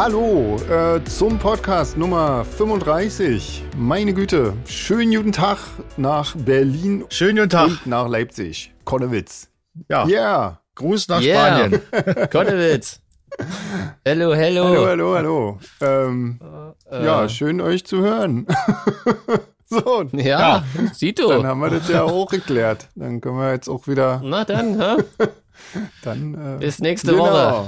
Hallo zum Podcast Nummer 35. Meine Güte, schönen guten Tag nach Berlin. Schönen guten Tag. Und nach Leipzig. Konnewitz. Ja. Yeah. Gruß nach Spanien. Konnewitz. Hello. Hallo. Ja, schön euch zu hören. So, ja, sieht du. Dann haben wir das ja auch geklärt. Dann können wir jetzt auch wieder... Na dann, hä? Dann, bis nächste Woche.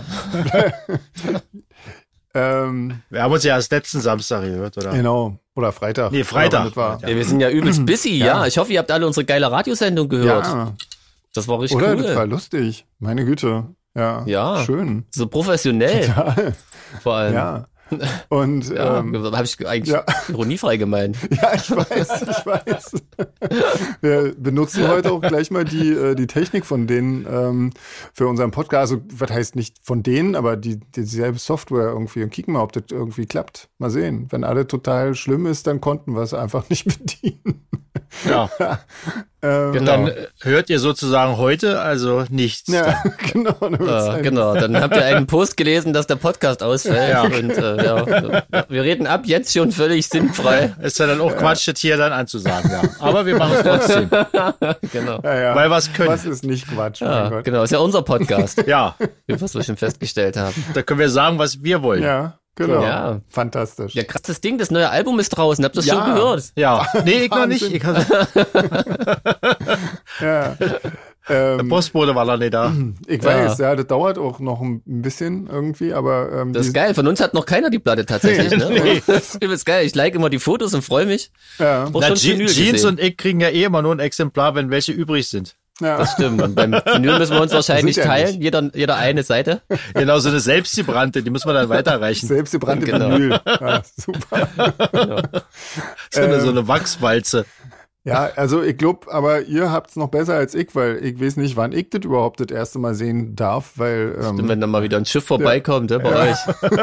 Wir haben uns ja erst letzten Samstag gehört, oder? Genau. Oder Freitag. Nee, Freitag. Ja, wir sind ja übelst busy, ja. Ich hoffe, ihr habt alle unsere geile Radiosendung gehört. Ja. Das war richtig Oder? cool. Das war lustig. Meine Güte. Ja. Schön. So professionell. Total. Vor allem. Ja. Und habe ich eigentlich ironiefrei gemeint. Ja, ich weiß. Wir benutzen heute auch gleich mal die Technik von denen für unseren Podcast. Also, was heißt nicht von denen, aber dieselbe Software irgendwie. Und kicken mal, ob das irgendwie klappt. Mal sehen. Wenn alles total schlimm ist, dann konnten wir es einfach nicht bedienen. Ja. Genau. Dann hört ihr sozusagen heute also nichts. Ja, genau. Genau, dann habt ihr einen Post gelesen, dass der Podcast ausfällt. Ja. Und wir reden ab jetzt schon völlig sinnfrei. Ist ja dann auch Quatsch, das hier dann anzusagen. Ja. Aber wir machen es trotzdem. Genau. Ja. Weil wir es können. Was ist nicht Quatsch, mein Ja, Gott. genau, ist ja unser Podcast, Ja, wie wir es schon festgestellt haben. da können wir sagen, was wir wollen. Ja, genau. Ja. Fantastisch. Ja, krasses Ding, das neue Album ist draußen, habt ihr das Ja. schon gehört? Ja. Nee, ich noch nicht. Ja. Der Postbote war noch nicht da. Ich weiß, ja, das dauert auch noch ein bisschen irgendwie, aber Das ist geil, von uns hat noch keiner die Platte tatsächlich, ne? Nee. Das ist übelst geil, ich like immer die Fotos und freue mich. ja, Auch Na, schon Vinyl Jeans gesehen. und ich kriegen ja eh immer nur ein Exemplar, wenn welche übrig sind. ja. Das stimmt, und beim Vinyl müssen wir uns wahrscheinlich Sind ja teilen, jeder eine Seite. Genau, so eine selbstgebrannte, die muss man dann weiterreichen. Selbstgebrannte Genau. Vinyl. Ja, super. So eine Wachswalze. Ja, also ich glaube, aber ihr habt's noch besser als ich, weil ich weiß nicht, wann ich das überhaupt das erste Mal sehen darf, weil Und wenn dann mal wieder ein Schiff vorbeikommt, bei euch.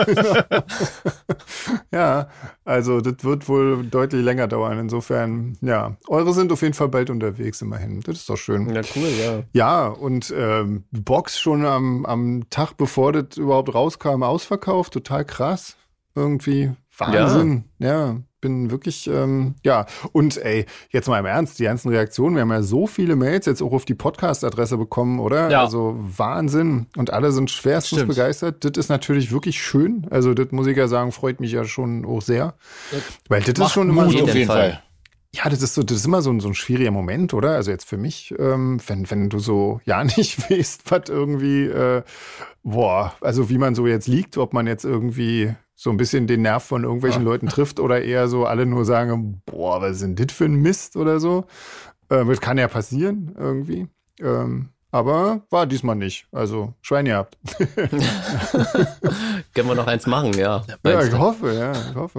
ja, also das wird wohl deutlich länger dauern. Insofern, ja, eure sind auf jeden Fall bald unterwegs immerhin. Das ist doch schön. Ja, cool, ja. Ja, und Box schon am Tag, bevor das überhaupt rauskam, ausverkauft. Total krass. Irgendwie Wahnsinn. Ja, bin wirklich, ja. Und ey, jetzt mal im Ernst, die ganzen Reaktionen, wir haben ja so viele Mails jetzt auch auf die Podcast-Adresse bekommen, oder? Ja. Also Wahnsinn. Und alle sind schwerstens Stimmt. begeistert. Das ist natürlich wirklich schön. Also das muss ich ja sagen, freut mich ja schon auch sehr. Weil das ist schon immer Mut so. auf jeden Fall. Ja, das ist immer so ein schwieriger Moment, oder? Also jetzt für mich, wenn du so ja nicht weißt, was irgendwie, also wie man so jetzt liegt, ob man jetzt irgendwie so ein bisschen den Nerv von irgendwelchen Leuten trifft oder eher so alle nur sagen, boah, was ist denn das für ein Mist oder so. Das kann ja passieren irgendwie. Aber war diesmal nicht. Also Schwein gehabt. Können wir noch eins machen, ja. Ja, ich hoffe.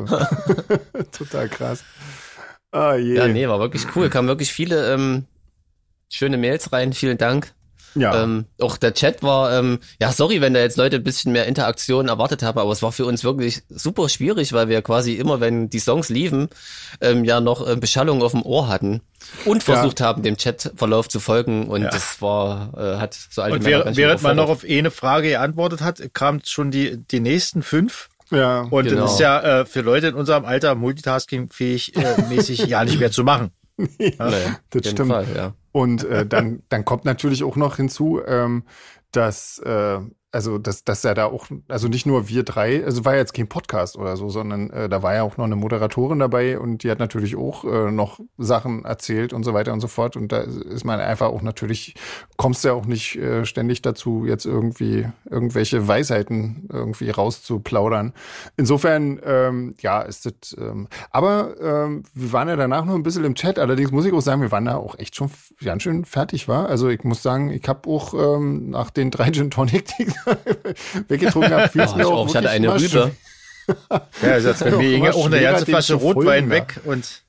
Total krass. Ah, je. Ja, nee, war wirklich cool. Kamen wirklich viele schöne Mails rein. Vielen Dank. Ja. Auch der Chat war, ja, sorry, wenn da jetzt Leute ein bisschen mehr Interaktion erwartet haben, aber es war für uns wirklich super schwierig, weil wir quasi immer, wenn die Songs liefen, ja noch Beschallung auf dem Ohr hatten und versucht haben, dem Chatverlauf zu folgen und das war, hat so alte Und Männer ganz schön während man noch überfordert. auf eine Frage geantwortet hat, kamen schon die nächsten 5. Ja. Und Genau. das ist ja für Leute in unserem Alter multitaskingfähig mäßig ja nicht mehr zu machen. Nee, das auf jeden stimmt. Fall, ja. Und dann kommt natürlich auch noch hinzu, dass ja da auch, also nicht nur wir drei, also war ja jetzt kein Podcast oder so, sondern da war ja auch noch eine Moderatorin dabei und die hat natürlich auch noch Sachen erzählt und so weiter und so fort. Und da ist man einfach auch natürlich, kommst ja auch nicht ständig dazu, jetzt irgendwie irgendwelche Weisheiten irgendwie rauszuplaudern. Insofern, ja, ist das, aber wir waren ja danach noch ein bisschen im Chat, allerdings muss ich auch sagen, wir waren da auch echt schon ganz schön fertig, war. Also ich muss sagen, ich habe auch nach den 3 Gin Tonic, die ich weggetrunken habe, fiel es mir auch Ich hatte wirklich eine immer Rübe. Ja, ist jetzt bei mir ging ja auch eine schwerer, ganze den Flasche zu folgen, Rotwein ja. weg. Und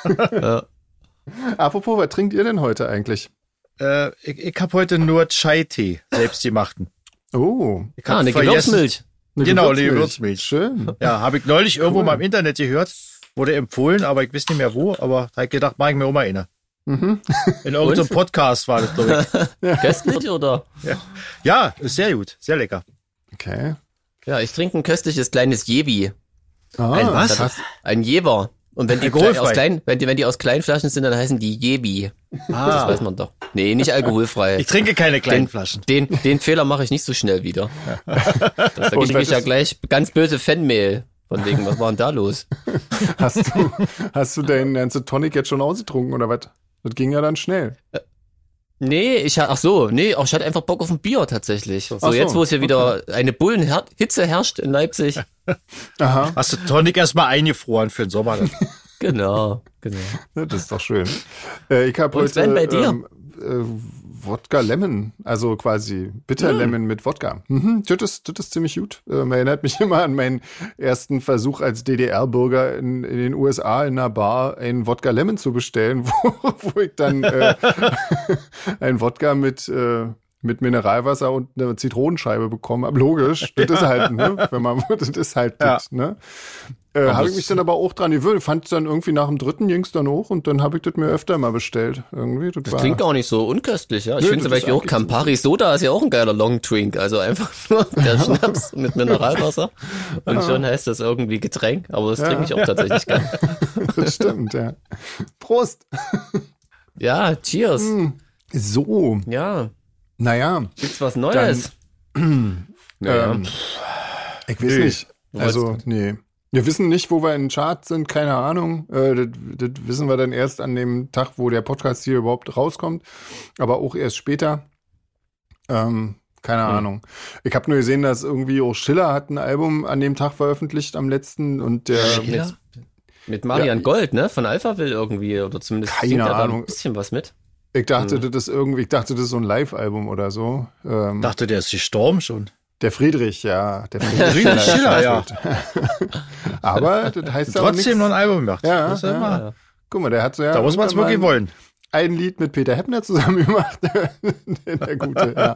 Apropos, was trinkt ihr denn heute eigentlich? ich habe heute nur Chai-Tee, selbstgemachten. Oh, Ich hab Eine vergessen- Gewürzmilch. Genau, eine Gewürzmilch. Schön. Ja, habe ich neulich irgendwo Cool. mal im Internet gehört, wurde empfohlen, aber ich weiß nicht mehr wo, aber da hab ich gedacht, mach ich mir auch mal eine. Mhm. In irgendeinem Podcast war das, glaube ich. Köstlich oder? Ja, ist sehr gut, sehr lecker. Okay. Ja, ich trinke ein köstliches kleines Jebi. Ein was? Ein Jeber. Und wenn die, Alkoholfrei. wenn die aus kleinen Flaschen sind, dann heißen die Jebi. Das weiß man doch. Nee, nicht alkoholfrei. Ich trinke keine kleinen Flaschen. Den Fehler mache ich nicht so schnell wieder. Da kriege ich ja gleich ganz böse Fanmail. Von wegen, was war denn da los? Hast du deinen ganzen Tonic jetzt schon ausgetrunken oder was? Das ging ja dann schnell. Nee, ich hatte einfach Bock auf ein Bier tatsächlich. So, jetzt, wo es hier wieder eine Bullenhitze herrscht in Leipzig. Aha. Hast du Tonic erstmal eingefroren für den Sommer? Genau. Das ist doch schön. Ich habe heute Sven, bei dir? Wodka Lemon, also quasi Bitter Lemon mit Wodka. Das ist ziemlich gut. Erinnert mich immer an meinen ersten Versuch als DDR-Bürger in den USA in einer Bar einen Wodka Lemon zu bestellen, wo ich dann ein Wodka mit Mineralwasser und eine Zitronenscheibe bekommen habe. Logisch, das ist halt, ne? Das ist halt das, ne? Habe ich mich dann aber auch dran gewöhnt. Fand es dann irgendwie nach dem dritten ging's dann hoch und dann habe ich das mir öfter mal bestellt. Irgendwie. Das klingt auch nicht so unköstlich, ja. Ich finde zum Beispiel auch Campari Soda ist ja auch ein geiler Long Drink. Also einfach nur der Schnaps mit Mineralwasser. Und schon heißt das irgendwie Getränk. Aber das trinke ich auch tatsächlich gern. Das stimmt, ja. Prost! Ja, cheers. So. Ja. Naja. Gibt's was Neues? Ich weiß nicht. Also, nee. Wir wissen nicht, wo wir in den Charts sind, keine Ahnung. Das wissen wir dann erst an dem Tag, wo der Podcast hier überhaupt rauskommt. Aber auch erst später. Keine Ahnung. Ich habe nur gesehen, dass irgendwie auch Schiller hat ein Album an dem Tag veröffentlicht, am letzten. Und der mit Marian Gold, ne? Von Alphaville irgendwie. Oder zumindest keine Ahnung. Da ein bisschen was mit. Ich dachte, das ist so ein Live-Album oder so. Dachte, der ist gestorben schon. Der Friedrich, ja. Der Friedrich Schiller, ja. Aber das heißt ja trotzdem noch ein Album gemacht. Ja, das ist immer. Guck mal, der hat so ja. Da muss man es wirklich wollen. Ein Lied mit Peter Heppner zusammen gemacht. Der Gute,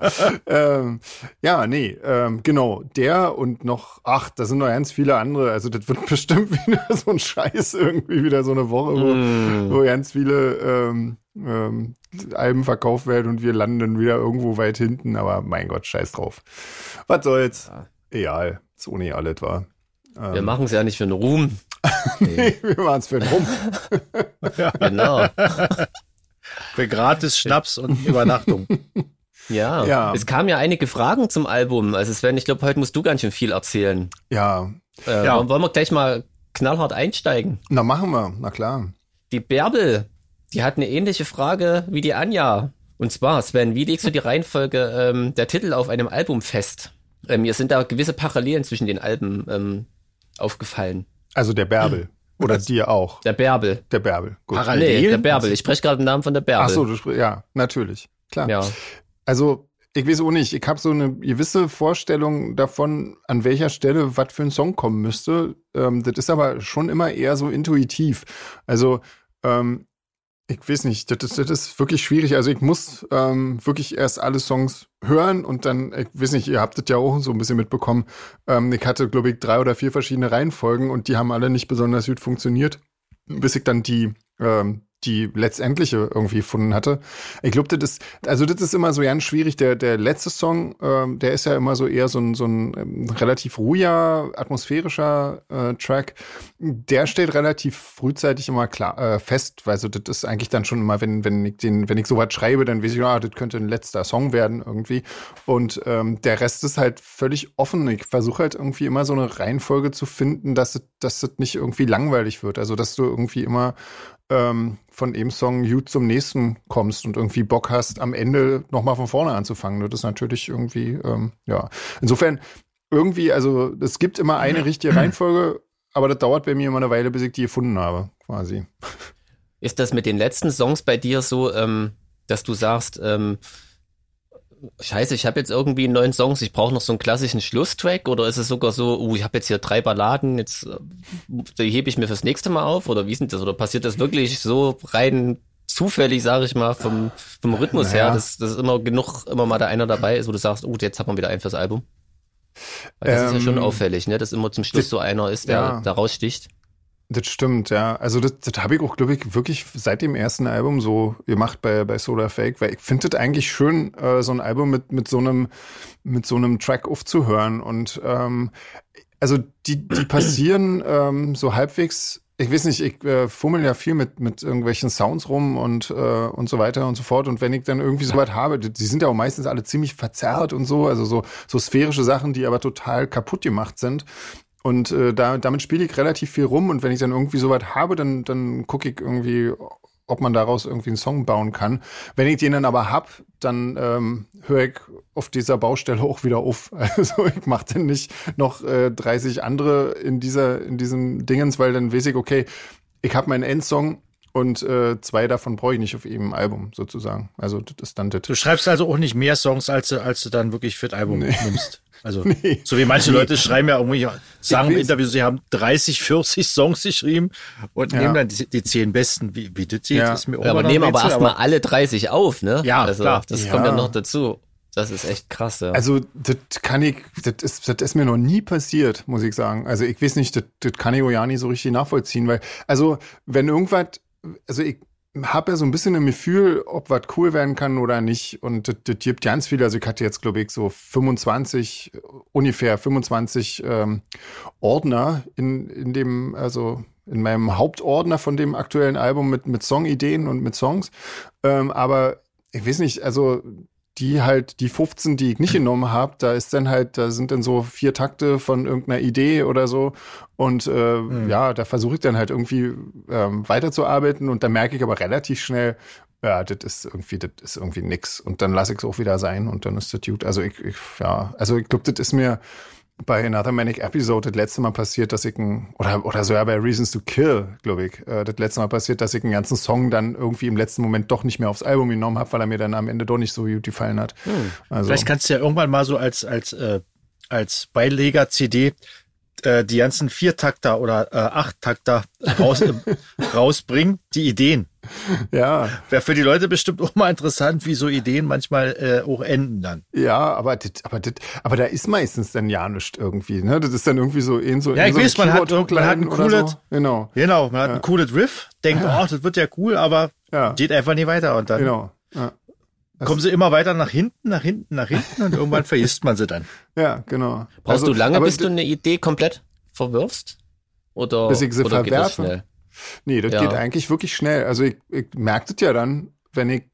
ja. Genau. Der und noch, da sind noch ganz viele andere. Also das wird bestimmt wieder so ein Scheiß, irgendwie wieder so eine Woche, wo ganz viele Alben verkauft werden und wir landen wieder irgendwo weit hinten. Aber mein Gott, scheiß drauf. Was soll's? Ja. Egal. Ist ohne alles war. Wir machen es ja nicht für den Ruhm. Nee, wir machen es für den Ruhm. Genau. Für gratis Schnaps und Übernachtung. Ja, es kamen ja einige Fragen zum Album. Also Sven, ich glaube, heute musst du ganz schön viel erzählen. Ja. Wollen wir gleich mal knallhart einsteigen? Na, machen wir. Na klar. Die Bärbel, die hat eine ähnliche Frage wie die Anja. Und zwar, Sven, wie legst du die Reihenfolge der Titel auf einem Album fest? Mir sind da gewisse Parallelen zwischen den Alben aufgefallen. Also der Bärbel. Oder dir auch. Der Bärbel. Der Bärbel. Gut. Parallel? Nee, der Bärbel. Ich spreche gerade den Namen von der Bärbel. Ach so, ja, natürlich. Klar. Ja. Also, ich weiß auch nicht. Ich habe so eine gewisse Vorstellung davon, an welcher Stelle was für ein Song kommen müsste. Das ist aber schon immer eher so intuitiv. Also, ich weiß nicht, das ist wirklich schwierig. Also ich muss wirklich erst alle Songs hören und dann, ich weiß nicht, ihr habt das ja auch so ein bisschen mitbekommen. Ich hatte, glaube ich, 3 oder 4 verschiedene Reihenfolgen und die haben alle nicht besonders gut funktioniert, bis ich dann die letztendliche irgendwie gefunden hatte. Ich glaube, das ist immer so ganz schwierig. Der letzte Song, der ist ja immer so eher so ein relativ ruhiger, atmosphärischer Track. Der steht relativ frühzeitig immer klar fest, weil so das ist eigentlich dann schon immer, wenn ich sowas schreibe, dann weiß ich, das könnte ein letzter Song werden irgendwie. Und der Rest ist halt völlig offen. Ich versuche halt irgendwie immer so eine Reihenfolge zu finden, dass es nicht irgendwie langweilig wird. Also dass du irgendwie immer von dem Song gut zum nächsten kommst und irgendwie Bock hast, am Ende nochmal von vorne anzufangen. Das ist natürlich irgendwie, ja. Insofern irgendwie, also es gibt immer eine richtige Reihenfolge, aber das dauert bei mir immer eine Weile, bis ich die gefunden habe, quasi. Ist das mit den letzten Songs bei dir so, dass du sagst, Scheiße, ich habe jetzt irgendwie 9 Songs, ich brauche noch so einen klassischen Schlusstrack, oder ist es sogar so, ich habe jetzt hier 3 Balladen, jetzt die hebe ich mir fürs nächste Mal auf, oder wie ist denn das? Oder passiert das wirklich so rein zufällig, sage ich mal, vom Rhythmus her, dass immer mal da einer dabei ist, wo du sagst, jetzt hat man wieder einen fürs Album? Weil das ist ja schon auffällig, ne, dass immer zum Schluss so einer ist, der da raussticht. Das stimmt, ja. Also das habe ich auch, glaube ich, wirklich seit dem ersten Album so gemacht bei Solar Fake, weil ich finde das eigentlich schön, so ein Album mit so einem Track aufzuhören. Und also die passieren so halbwegs. Ich weiß nicht, ich fummel ja viel mit irgendwelchen Sounds rum und so weiter und so fort. Und wenn ich dann irgendwie so weit habe, die sind ja auch meistens alle ziemlich verzerrt und so, also so sphärische Sachen, die aber total kaputt gemacht sind. Und damit spiele ich relativ viel rum. Und wenn ich dann irgendwie so weit habe, dann gucke ich irgendwie, ob man daraus irgendwie einen Song bauen kann. Wenn ich den dann aber hab, dann höre ich auf dieser Baustelle auch wieder auf. Also ich mache dann nicht noch 30 andere in diesem Dingens, weil dann weiß ich, okay, ich habe meinen Endsong und 2 davon brauche ich nicht auf jedem Album sozusagen. Also das ist dann das. Du schreibst also auch nicht mehr Songs, als du dann wirklich für das Album nimmst. Also, so wie manche Leute schreiben ja irgendwie, sagen im Interview, sie haben 30, 40 Songs geschrieben und nehmen dann die 10 besten. Wie das geht, ist mir auch aber nehmen aber erstmal alle 30 auf, ne? Ja, also, klar. Das kommt ja noch dazu. Das ist echt krass, ja. Also, das ist mir noch nie passiert, muss ich sagen. Also, ich weiß nicht, das kann ich auch ja nicht so richtig nachvollziehen, weil, also, wenn irgendwas, also ich habe ja so ein bisschen ein Gefühl, ob was cool werden kann oder nicht. Und das gibt ganz viele. Also ich hatte jetzt, glaube ich, so ungefähr 25 Ordner in dem, also in meinem Hauptordner von dem aktuellen Album mit Songideen und mit Songs. Aber ich weiß nicht, also die 15, die ich nicht genommen habe, da sind dann so 4 Takte von irgendeiner Idee oder so. Und da versuche ich dann halt irgendwie weiterzuarbeiten und dann merke ich aber relativ schnell, ja, das ist irgendwie nix. Und dann lasse ich es auch wieder sein und dann ist das gut. Also ich glaube, das ist mir bei Another Manic Episode das letzte Mal passiert, dass ich oder so ja bei Reasons to Kill, glaube ich, das letzte Mal passiert, dass ich einen ganzen Song dann irgendwie im letzten Moment doch nicht mehr aufs Album genommen habe, weil er mir dann am Ende doch nicht so gut gefallen hat. Also, vielleicht kannst du ja irgendwann mal so als Beileger-CD die ganzen 4-Takter oder 8-Takter rausbringen, die Ideen. Ja. Wäre für die Leute bestimmt auch mal interessant, wie so Ideen manchmal auch enden dann. Ja, aber da ist meistens dann ja nichts irgendwie, ne? Das ist dann irgendwie so ja, ich weiß, man hat ein cooles, so. Genau, man hat ein cooles Riff, denkt, das wird ja cool, aber geht einfach nie weiter und dann. Genau. Ja. Kommen sie immer weiter nach hinten und irgendwann vergisst man sie dann. Ja, genau. Brauchst du lange, bis du eine Idee komplett verwirfst? Oder, bis ich sie oder geht das verwerfe? schnell? Nee, das geht eigentlich wirklich schnell. Also ich merke das ja dann, wenn ich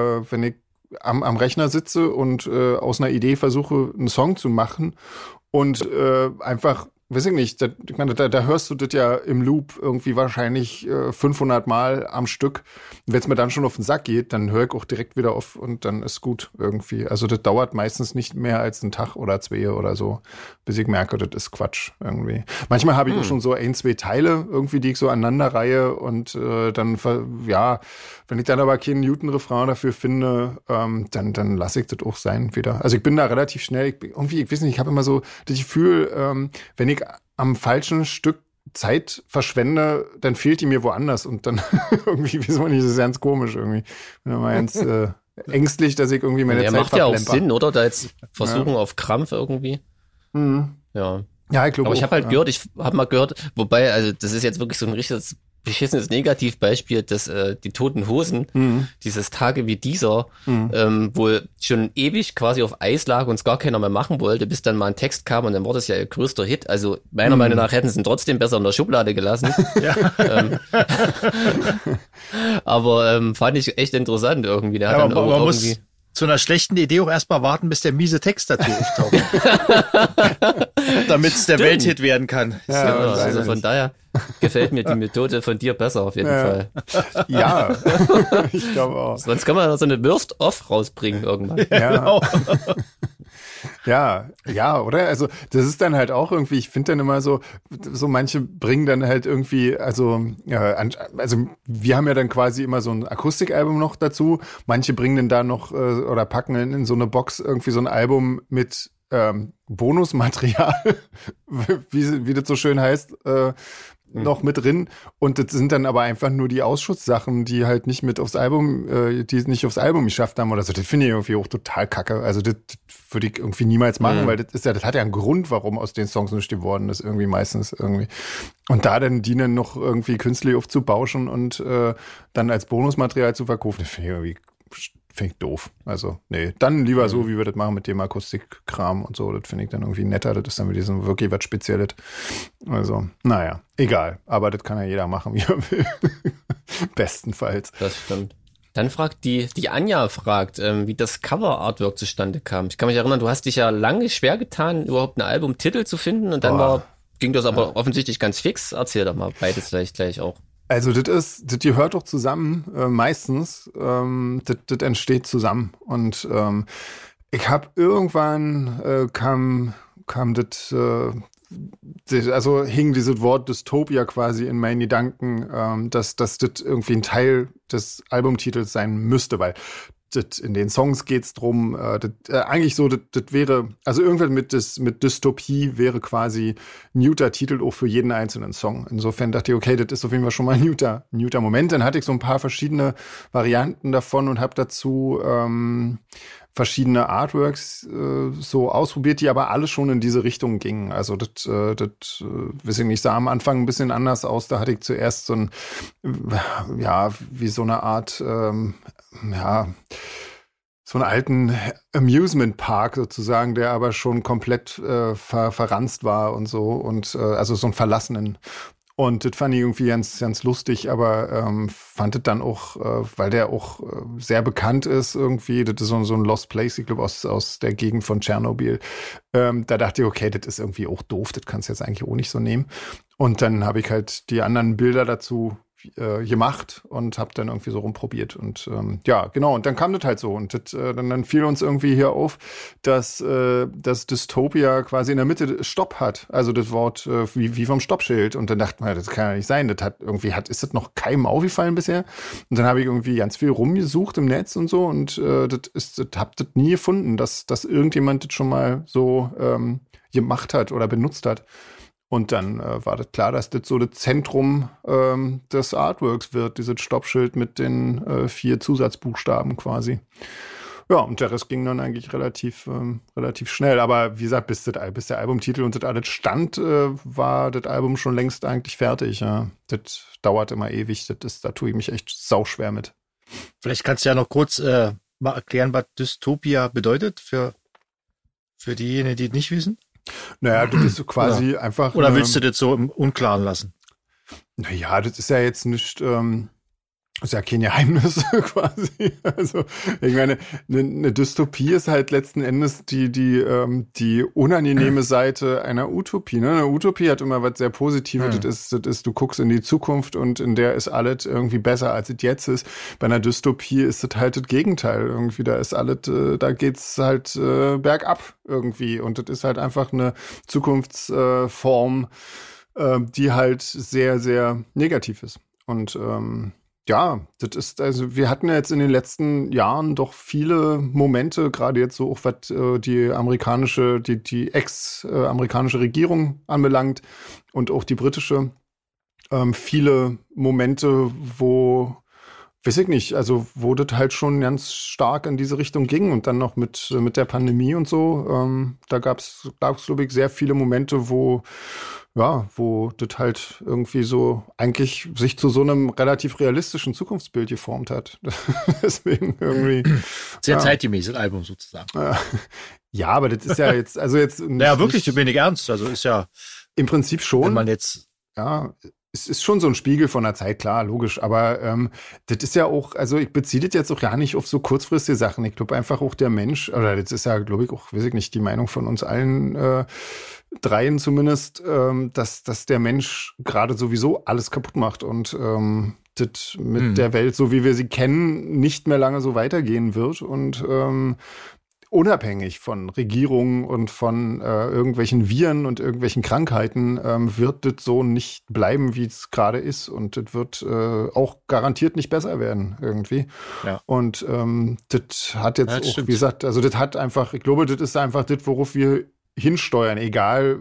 am Rechner sitze und aus einer Idee versuche, einen Song zu machen und einfach, weiß ich nicht, ich meine, da hörst du das ja im Loop irgendwie wahrscheinlich 500 Mal am Stück. Wenn es mir dann schon auf den Sack geht, dann höre ich auch direkt wieder auf und dann ist gut irgendwie. Also das dauert meistens nicht mehr als einen Tag oder 2 oder so, bis ich merke, das ist Quatsch irgendwie. Manchmal habe ich auch schon so 1, 2 Teile irgendwie, die ich so aneinander reihe und dann, wenn ich dann aber keinen Newton-Refrain dafür finde, dann lasse ich das auch sein wieder. Also ich bin da relativ schnell, ich weiß nicht, ich habe immer so das Gefühl, wenn ich am falschen Stück Zeit verschwende, dann fehlt die mir woanders und dann irgendwie, wieso nicht, das ist ganz komisch irgendwie. Bin immer ganz ängstlich, dass ich irgendwie meine Zeit macht ja auch verplemper. Sinn, oder? Da jetzt versuchen auf Krampf irgendwie. Mhm. Ja. Ja, ich glaube. Aber ich habe halt gehört, wobei, also das ist jetzt wirklich so ein richtiges beschissenes Negativbeispiel, dass die Toten Hosen, dieses Tage wie dieser, wohl schon ewig quasi auf Eis lag und es gar keiner mehr machen wollte, bis dann mal ein Text kam und dann war das ja ihr größter Hit. Also meiner Meinung nach hätten sie ihn trotzdem besser in der Schublade gelassen. Aber fand ich echt interessant irgendwie. Der hat dann aber man irgendwie muss zu einer schlechten Idee auch erstmal warten, bis der miese Text dazu auftaucht. Damit es der Welthit werden kann. Ja, also von daher gefällt mir die Methode von dir besser auf jeden Fall. Ja, ich glaube auch. Sonst kann man so eine Worst-Off rausbringen irgendwann. Ja, genau. Ja, oder? Also das ist dann halt auch irgendwie, ich finde dann immer so manche bringen dann halt irgendwie, also wir haben ja dann quasi immer so ein Akustikalbum noch dazu, manche bringen dann da noch oder packen in so eine Box irgendwie so ein Album mit Bonusmaterial, wie das so schön heißt, noch mit drin. Und das sind dann aber einfach nur die Ausschusssachen, die halt nicht mit aufs Album, die es nicht aufs Album geschafft haben oder so. Das finde ich irgendwie auch total kacke. Also das würde ich irgendwie niemals machen, weil das hat ja einen Grund, warum aus den Songs nicht geworden ist, irgendwie meistens irgendwie. Und da dann die dann noch irgendwie künstlich aufzubauschen und dann als Bonusmaterial zu verkaufen, das finde ich doof. Also, nee, dann lieber so, wie wir das machen mit dem Akustikkram und so. Das finde ich dann irgendwie netter. Das ist dann mit diesem wirklich was Spezielles. Also, naja, egal. Aber das kann ja jeder machen, wie er will. Bestenfalls. Das stimmt. Dann fragt die Anja wie das Cover-Artwork zustande kam. Ich kann mich erinnern, du hast dich ja lange schwer getan, überhaupt einen Albumtitel zu finden und dann ging das aber offensichtlich ganz fix. Erzähl doch mal beides gleich auch. Also das gehört doch zusammen, meistens. Das entsteht zusammen. Und ich habe irgendwann kam das, also hing dieses Wort Dystopia quasi in meinen Gedanken, dass das irgendwie ein Teil des Albumtitels sein müsste, weil in den Songs geht's drum, eigentlich so, das wäre, also irgendwann mit Dystopie wäre quasi ein guter Titel auch für jeden einzelnen Song. Insofern dachte ich, okay, das ist auf jeden Fall schon mal ein guter Moment. Dann hatte ich so ein paar verschiedene Varianten davon und habe dazu verschiedene Artworks so ausprobiert, die aber alle schon in diese Richtung gingen. Also das weiß ich nicht, sah am Anfang ein bisschen anders aus. Da hatte ich zuerst so ein, wie so eine Art, so einen alten Amusement Park sozusagen, der aber schon komplett verranzt war und so und also so einen verlassenen. Und das fand ich irgendwie ganz, ganz lustig, aber fand es dann auch, weil der auch sehr bekannt ist irgendwie, das ist so ein Lost Place, ich glaube aus der Gegend von Tschernobyl. Da dachte ich, okay, das ist irgendwie auch doof, das kannst du jetzt eigentlich auch nicht so nehmen. Und dann habe ich halt die anderen Bilder dazu gemacht und habe dann irgendwie so rumprobiert und genau, und dann kam das halt so und dann fiel uns irgendwie hier auf, dass das Dystopia quasi in der Mitte Stopp hat, also das Wort wie vom Stoppschild und dann dachte man, das kann ja nicht sein, ist das noch keinem aufgefallen bisher und dann habe ich irgendwie ganz viel rumgesucht im Netz und so und hab das nie gefunden, dass irgendjemand das schon mal so gemacht hat oder benutzt hat. Und dann war das klar, dass das so das Zentrum des Artworks wird, dieses Stoppschild mit den 4 Zusatzbuchstaben quasi. Ja, und der Rest ging dann eigentlich relativ schnell. Aber wie gesagt, bis der Albumtitel und das alles stand, war das Album schon längst eigentlich fertig. Ja. Das dauert immer ewig. Da tue ich mich echt sauschwer mit. Vielleicht kannst du ja noch kurz mal erklären, was Dystopia bedeutet für diejenigen, die es nicht wissen. Naja, das ist so quasi einfach. Oder willst du das so im Unklaren lassen? Naja, das ist ja jetzt nicht, ist ja kein Geheimnis quasi. Also, ich meine, eine Dystopie ist halt letzten Endes die unangenehme Seite einer Utopie. Ne? Eine Utopie hat immer was sehr Positives. Das ist, du guckst in die Zukunft und in der ist alles irgendwie besser, als es jetzt ist. Bei einer Dystopie ist es halt das Gegenteil irgendwie. Da ist alles, da geht's halt bergab irgendwie. Und das ist halt einfach eine Zukunftsform, die halt sehr, sehr negativ ist. Und ja, das ist, also wir hatten ja jetzt in den letzten Jahren doch viele Momente, gerade jetzt so auch was die ex-amerikanische Regierung anbelangt und auch die britische, viele Momente, wo, weiß ich nicht, also wo das halt schon ganz stark in diese Richtung ging und dann noch mit der Pandemie und so, da gab's glaube ich, sehr viele Momente, wo das halt irgendwie so eigentlich sich zu so einem relativ realistischen Zukunftsbild geformt hat. Deswegen irgendwie. Sehr zeitgemäß, das Album sozusagen. Ja, aber das ist ja jetzt, also jetzt. Naja, wirklich zu wenig ernst. Also ist ja. Im Prinzip schon. Wenn man jetzt. Ja, es ist schon so ein Spiegel von der Zeit, klar, logisch. Aber das ist ja auch, also ich beziehe das jetzt auch gar nicht auf so kurzfristige Sachen. Ich glaube einfach auch der Mensch, oder das ist ja, glaube ich, auch, weiß ich nicht, die Meinung von uns allen dreien zumindest, dass der Mensch gerade sowieso alles kaputt macht und das mit der Welt, so wie wir sie kennen, nicht mehr lange so weitergehen wird und unabhängig von Regierungen und von irgendwelchen Viren und irgendwelchen Krankheiten wird das so nicht bleiben, wie es gerade ist. Und das wird auch garantiert nicht besser werden irgendwie. Ja. Und das hat jetzt auch, wie gesagt, also das hat einfach, ich glaube, das ist einfach das, worauf wir hinsteuern, egal,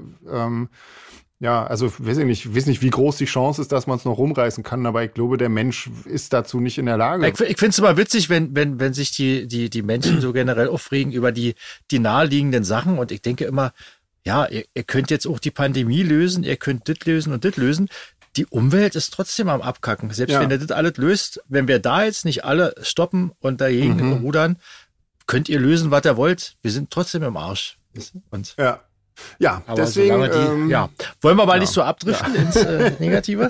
also weiß nicht, wie groß die Chance ist, dass man es noch rumreißen kann, aber ich glaube, der Mensch ist dazu nicht in der Lage. Ich finde es immer witzig, wenn sich die Menschen so generell aufregen über die naheliegenden Sachen und ich denke immer, ja, ihr könnt jetzt auch die Pandemie lösen, ihr könnt das lösen und das lösen. Die Umwelt ist trotzdem am Abkacken. Selbst wenn ihr das alles löst, wenn wir da jetzt nicht alle stoppen und dagegen rudern, könnt ihr lösen, was ihr wollt. Wir sind trotzdem im Arsch. Und ja, aber deswegen. Wollen wir mal nicht so abdriften ins Negative?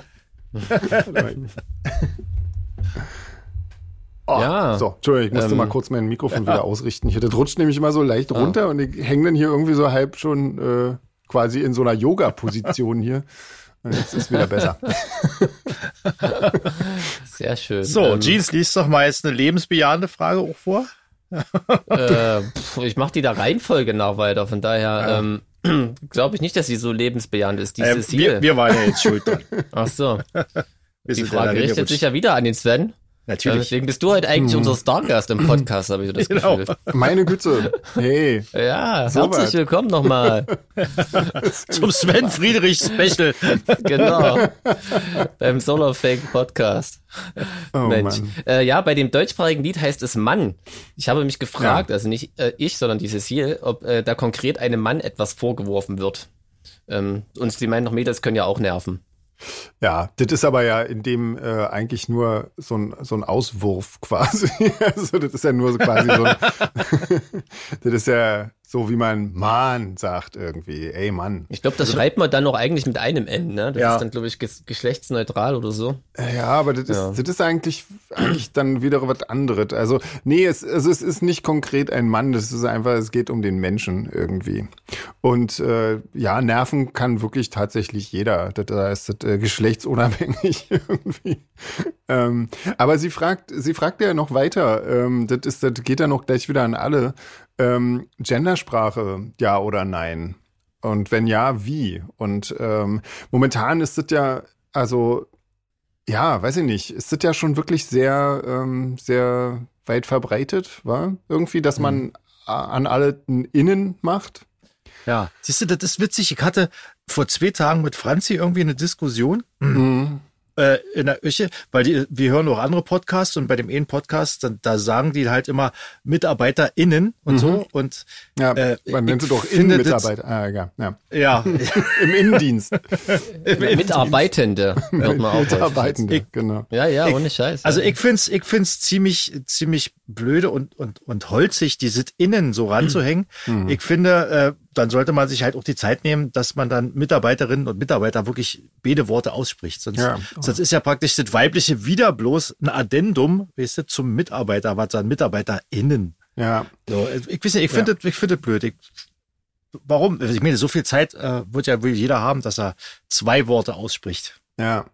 So, Entschuldigung, ich musste mal kurz mein Mikrofon wieder ausrichten. Hier, das rutscht nämlich immer so leicht runter und ich hänge dann hier irgendwie so halb schon quasi in so einer Yoga-Position hier. Und jetzt ist wieder besser. Sehr schön. So, Jeans, liest doch mal jetzt eine lebensbejahende Frage auch vor. Ich mache die der Reihenfolge nach weiter, von daher glaube ich nicht, dass sie so lebensbejahend ist. Wir waren ja jetzt schuld dran. Ach so. Die Frage richtet sich ja wieder an den Sven. Natürlich. Deswegen bist du heute eigentlich unser Stargast im Podcast, habe ich so das Gefühl. Meine Güte. Hey. Ja, so herzlich willkommen nochmal. Zum Sven Friedrich Special. Genau. Beim Solarfake Podcast. Oh, Mensch. Bei dem deutschsprachigen Lied heißt es Mann. Ich habe mich gefragt, also nicht ich, sondern die Cecile, ob da konkret einem Mann etwas vorgeworfen wird. Und sie meinen noch, Mädels können ja auch nerven. Ja, das ist aber ja in dem eigentlich nur so ein Auswurf quasi. Also das ist ja nur so quasi so ein das ist ja so, wie man Mann sagt irgendwie. Ey, Mann. Ich glaube, das schreibt man dann noch eigentlich mit einem N, ne? Das ist dann, glaube ich, geschlechtsneutral oder so. Ja, aber das ist eigentlich dann wieder was anderes. Also, nee, es ist nicht konkret ein Mann, das ist einfach, es geht um den Menschen irgendwie. Und nerven kann wirklich tatsächlich jeder. Da ist das geschlechtsunabhängig irgendwie. Aber sie fragt ja noch weiter, das geht ja noch gleich wieder an alle. Gendersprache, ja oder nein? Und wenn ja, wie? Und momentan ist das ja, also, ja, weiß ich nicht, ist das ja schon wirklich sehr, sehr weit verbreitet, war? Irgendwie, dass man an alle ein Innen macht. Ja, siehst du, das ist witzig. Ich hatte vor 2 Tagen mit Franzi irgendwie eine Diskussion. In der Küche, weil wir hören auch andere Podcasts und bei dem einen Podcast, da sagen die halt immer MitarbeiterInnen und so und man nennt sie doch Innenmitarbeiter. Ja. Im Innendienst. Mitarbeitende wird man auch. Mitarbeitende, genau. Ja, ohne Scheiß. Also ich find's ziemlich blöde und holzig, diese Innen so ranzuhängen. Ich finde, dann sollte man sich halt auch die Zeit nehmen, dass man dann Mitarbeiterinnen und Mitarbeiter wirklich beide Worte ausspricht. Sonst ist ja praktisch das Weibliche wieder bloß ein Addendum, weißt du, zum Mitarbeiter, was dann MitarbeiterInnen. Ja. So, ich weiß nicht, ich finde das blöd. Warum? Ich meine, so viel Zeit will jeder haben, dass er 2 Worte ausspricht. Ja.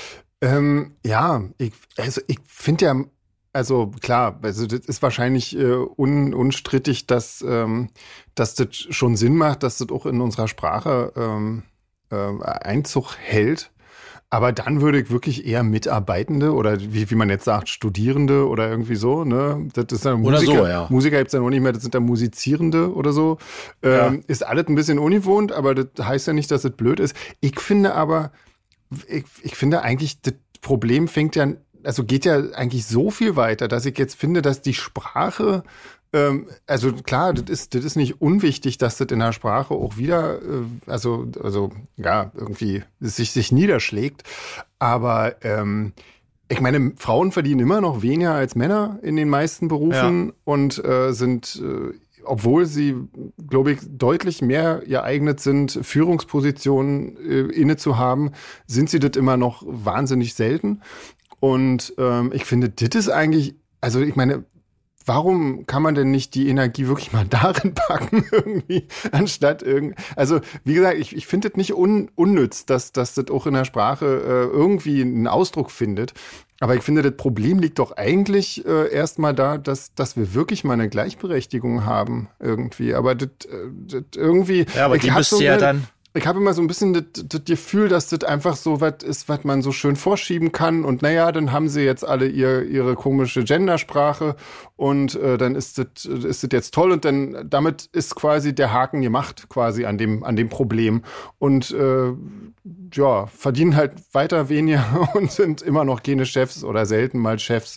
Ich finde ja, also klar, also das ist wahrscheinlich unstrittig, dass das schon Sinn macht, dass das auch in unserer Sprache Einzug hält. Aber dann würde ich wirklich eher Mitarbeitende oder wie man jetzt sagt, Studierende oder irgendwie so, ne? Das ist dann Musiker, oder so, ja. Musiker gibt's ja noch nicht mehr, das sind dann Musizierende oder so. Ist alles ein bisschen ungewohnt, aber das heißt ja nicht, dass es blöd ist. Ich finde aber, ich finde eigentlich, das Problem geht ja eigentlich so viel weiter, dass ich jetzt finde, dass die Sprache, also klar, das ist nicht unwichtig, dass das in der Sprache auch wieder, irgendwie sich niederschlägt. Aber ich meine, Frauen verdienen immer noch weniger als Männer in den meisten Berufen und sind, obwohl sie, glaube ich, deutlich mehr geeignet sind, Führungspositionen inne zu haben, sind sie das immer noch wahnsinnig selten. Und ich finde, das ist eigentlich, also ich meine, warum kann man denn nicht die Energie wirklich mal darin packen irgendwie, anstatt also wie gesagt, ich finde das nicht unnütz, dass das auch in der Sprache irgendwie einen Ausdruck findet. Aber ich finde, das Problem liegt doch eigentlich erstmal da, dass wir wirklich mal eine Gleichberechtigung haben irgendwie. Aber das irgendwie. Ja, aber die müsste ja dann ich habe immer so ein bisschen das Gefühl, dass das einfach so was ist, was man so schön vorschieben kann. Und naja, dann haben sie jetzt alle ihre komische Gendersprache und dann ist das jetzt toll. Und dann damit ist quasi der Haken gemacht, quasi an dem Problem. Und ja, verdienen halt weiter weniger und sind immer noch keine Chefs oder selten mal Chefs.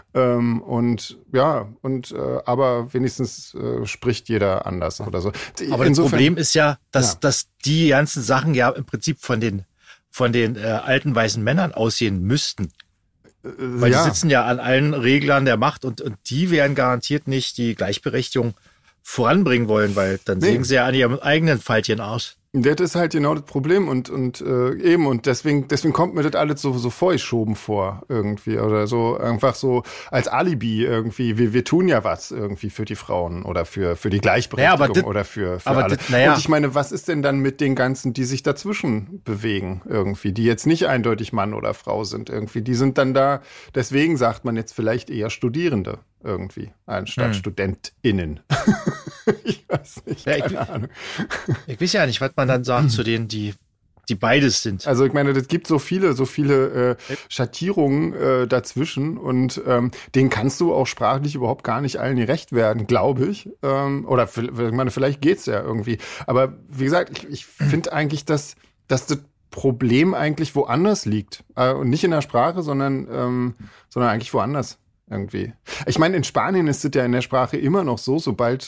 Aber wenigstens spricht jeder anders oder so. Aber das Problem ist ja, dass die ganzen Sachen ja im Prinzip von den alten weißen Männern aussehen müssten. Weil die sitzen ja an allen Reglern der Macht und die werden garantiert nicht die Gleichberechtigung voranbringen wollen, weil dann sehen sie ja an ihrem eigenen Faltchen aus. Das ist halt genau das Problem und deswegen kommt mir das alles so vorgeschoben vor irgendwie oder so einfach so als Alibi irgendwie. Wir tun ja was irgendwie für die Frauen oder für die Gleichberechtigung oder für alle. Und ich meine, was ist denn dann mit den ganzen, die sich dazwischen bewegen irgendwie, die jetzt nicht eindeutig Mann oder Frau sind irgendwie, die sind dann da. Deswegen sagt man jetzt vielleicht eher Studierende irgendwie anstatt StudentInnen. Ich weiß nicht, keine Ahnung. Ich weiß ja nicht, was man dann sagt zu denen, die beides sind. Also ich meine, das gibt so viele Schattierungen dazwischen und denen kannst du auch sprachlich überhaupt gar nicht allen gerecht werden, glaube ich. Oder ich meine, vielleicht geht's ja irgendwie. Aber wie gesagt, ich finde eigentlich, dass das Problem eigentlich woanders liegt. Und nicht in der Sprache, sondern eigentlich woanders. Irgendwie. Ich meine, in Spanien ist es ja in der Sprache immer noch so, sobald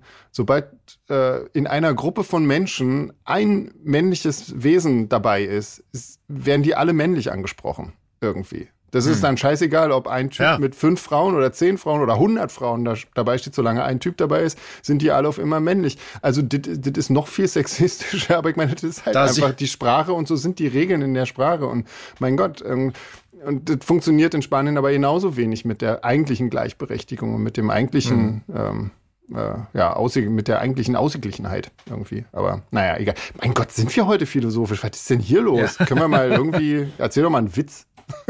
in einer Gruppe von Menschen ein männliches Wesen dabei ist, werden die alle männlich angesprochen. Irgendwie. Das ist dann scheißegal, ob ein Typ mit 5 Frauen oder 10 Frauen oder 100 Frauen dabei steht, solange ein Typ dabei ist, sind die alle auf immer männlich. Also das ist noch viel sexistischer, aber ich meine, das ist halt einfach die Sprache und so sind die Regeln in der Sprache und mein Gott, und das funktioniert in Spanien aber genauso wenig mit der eigentlichen Gleichberechtigung und mit dem eigentlichen, mit der eigentlichen Ausgeglichenheit irgendwie. Aber naja, egal. Mein Gott, sind wir heute philosophisch? Was ist denn hier los? Können wir mal irgendwie, erzähl doch mal einen Witz.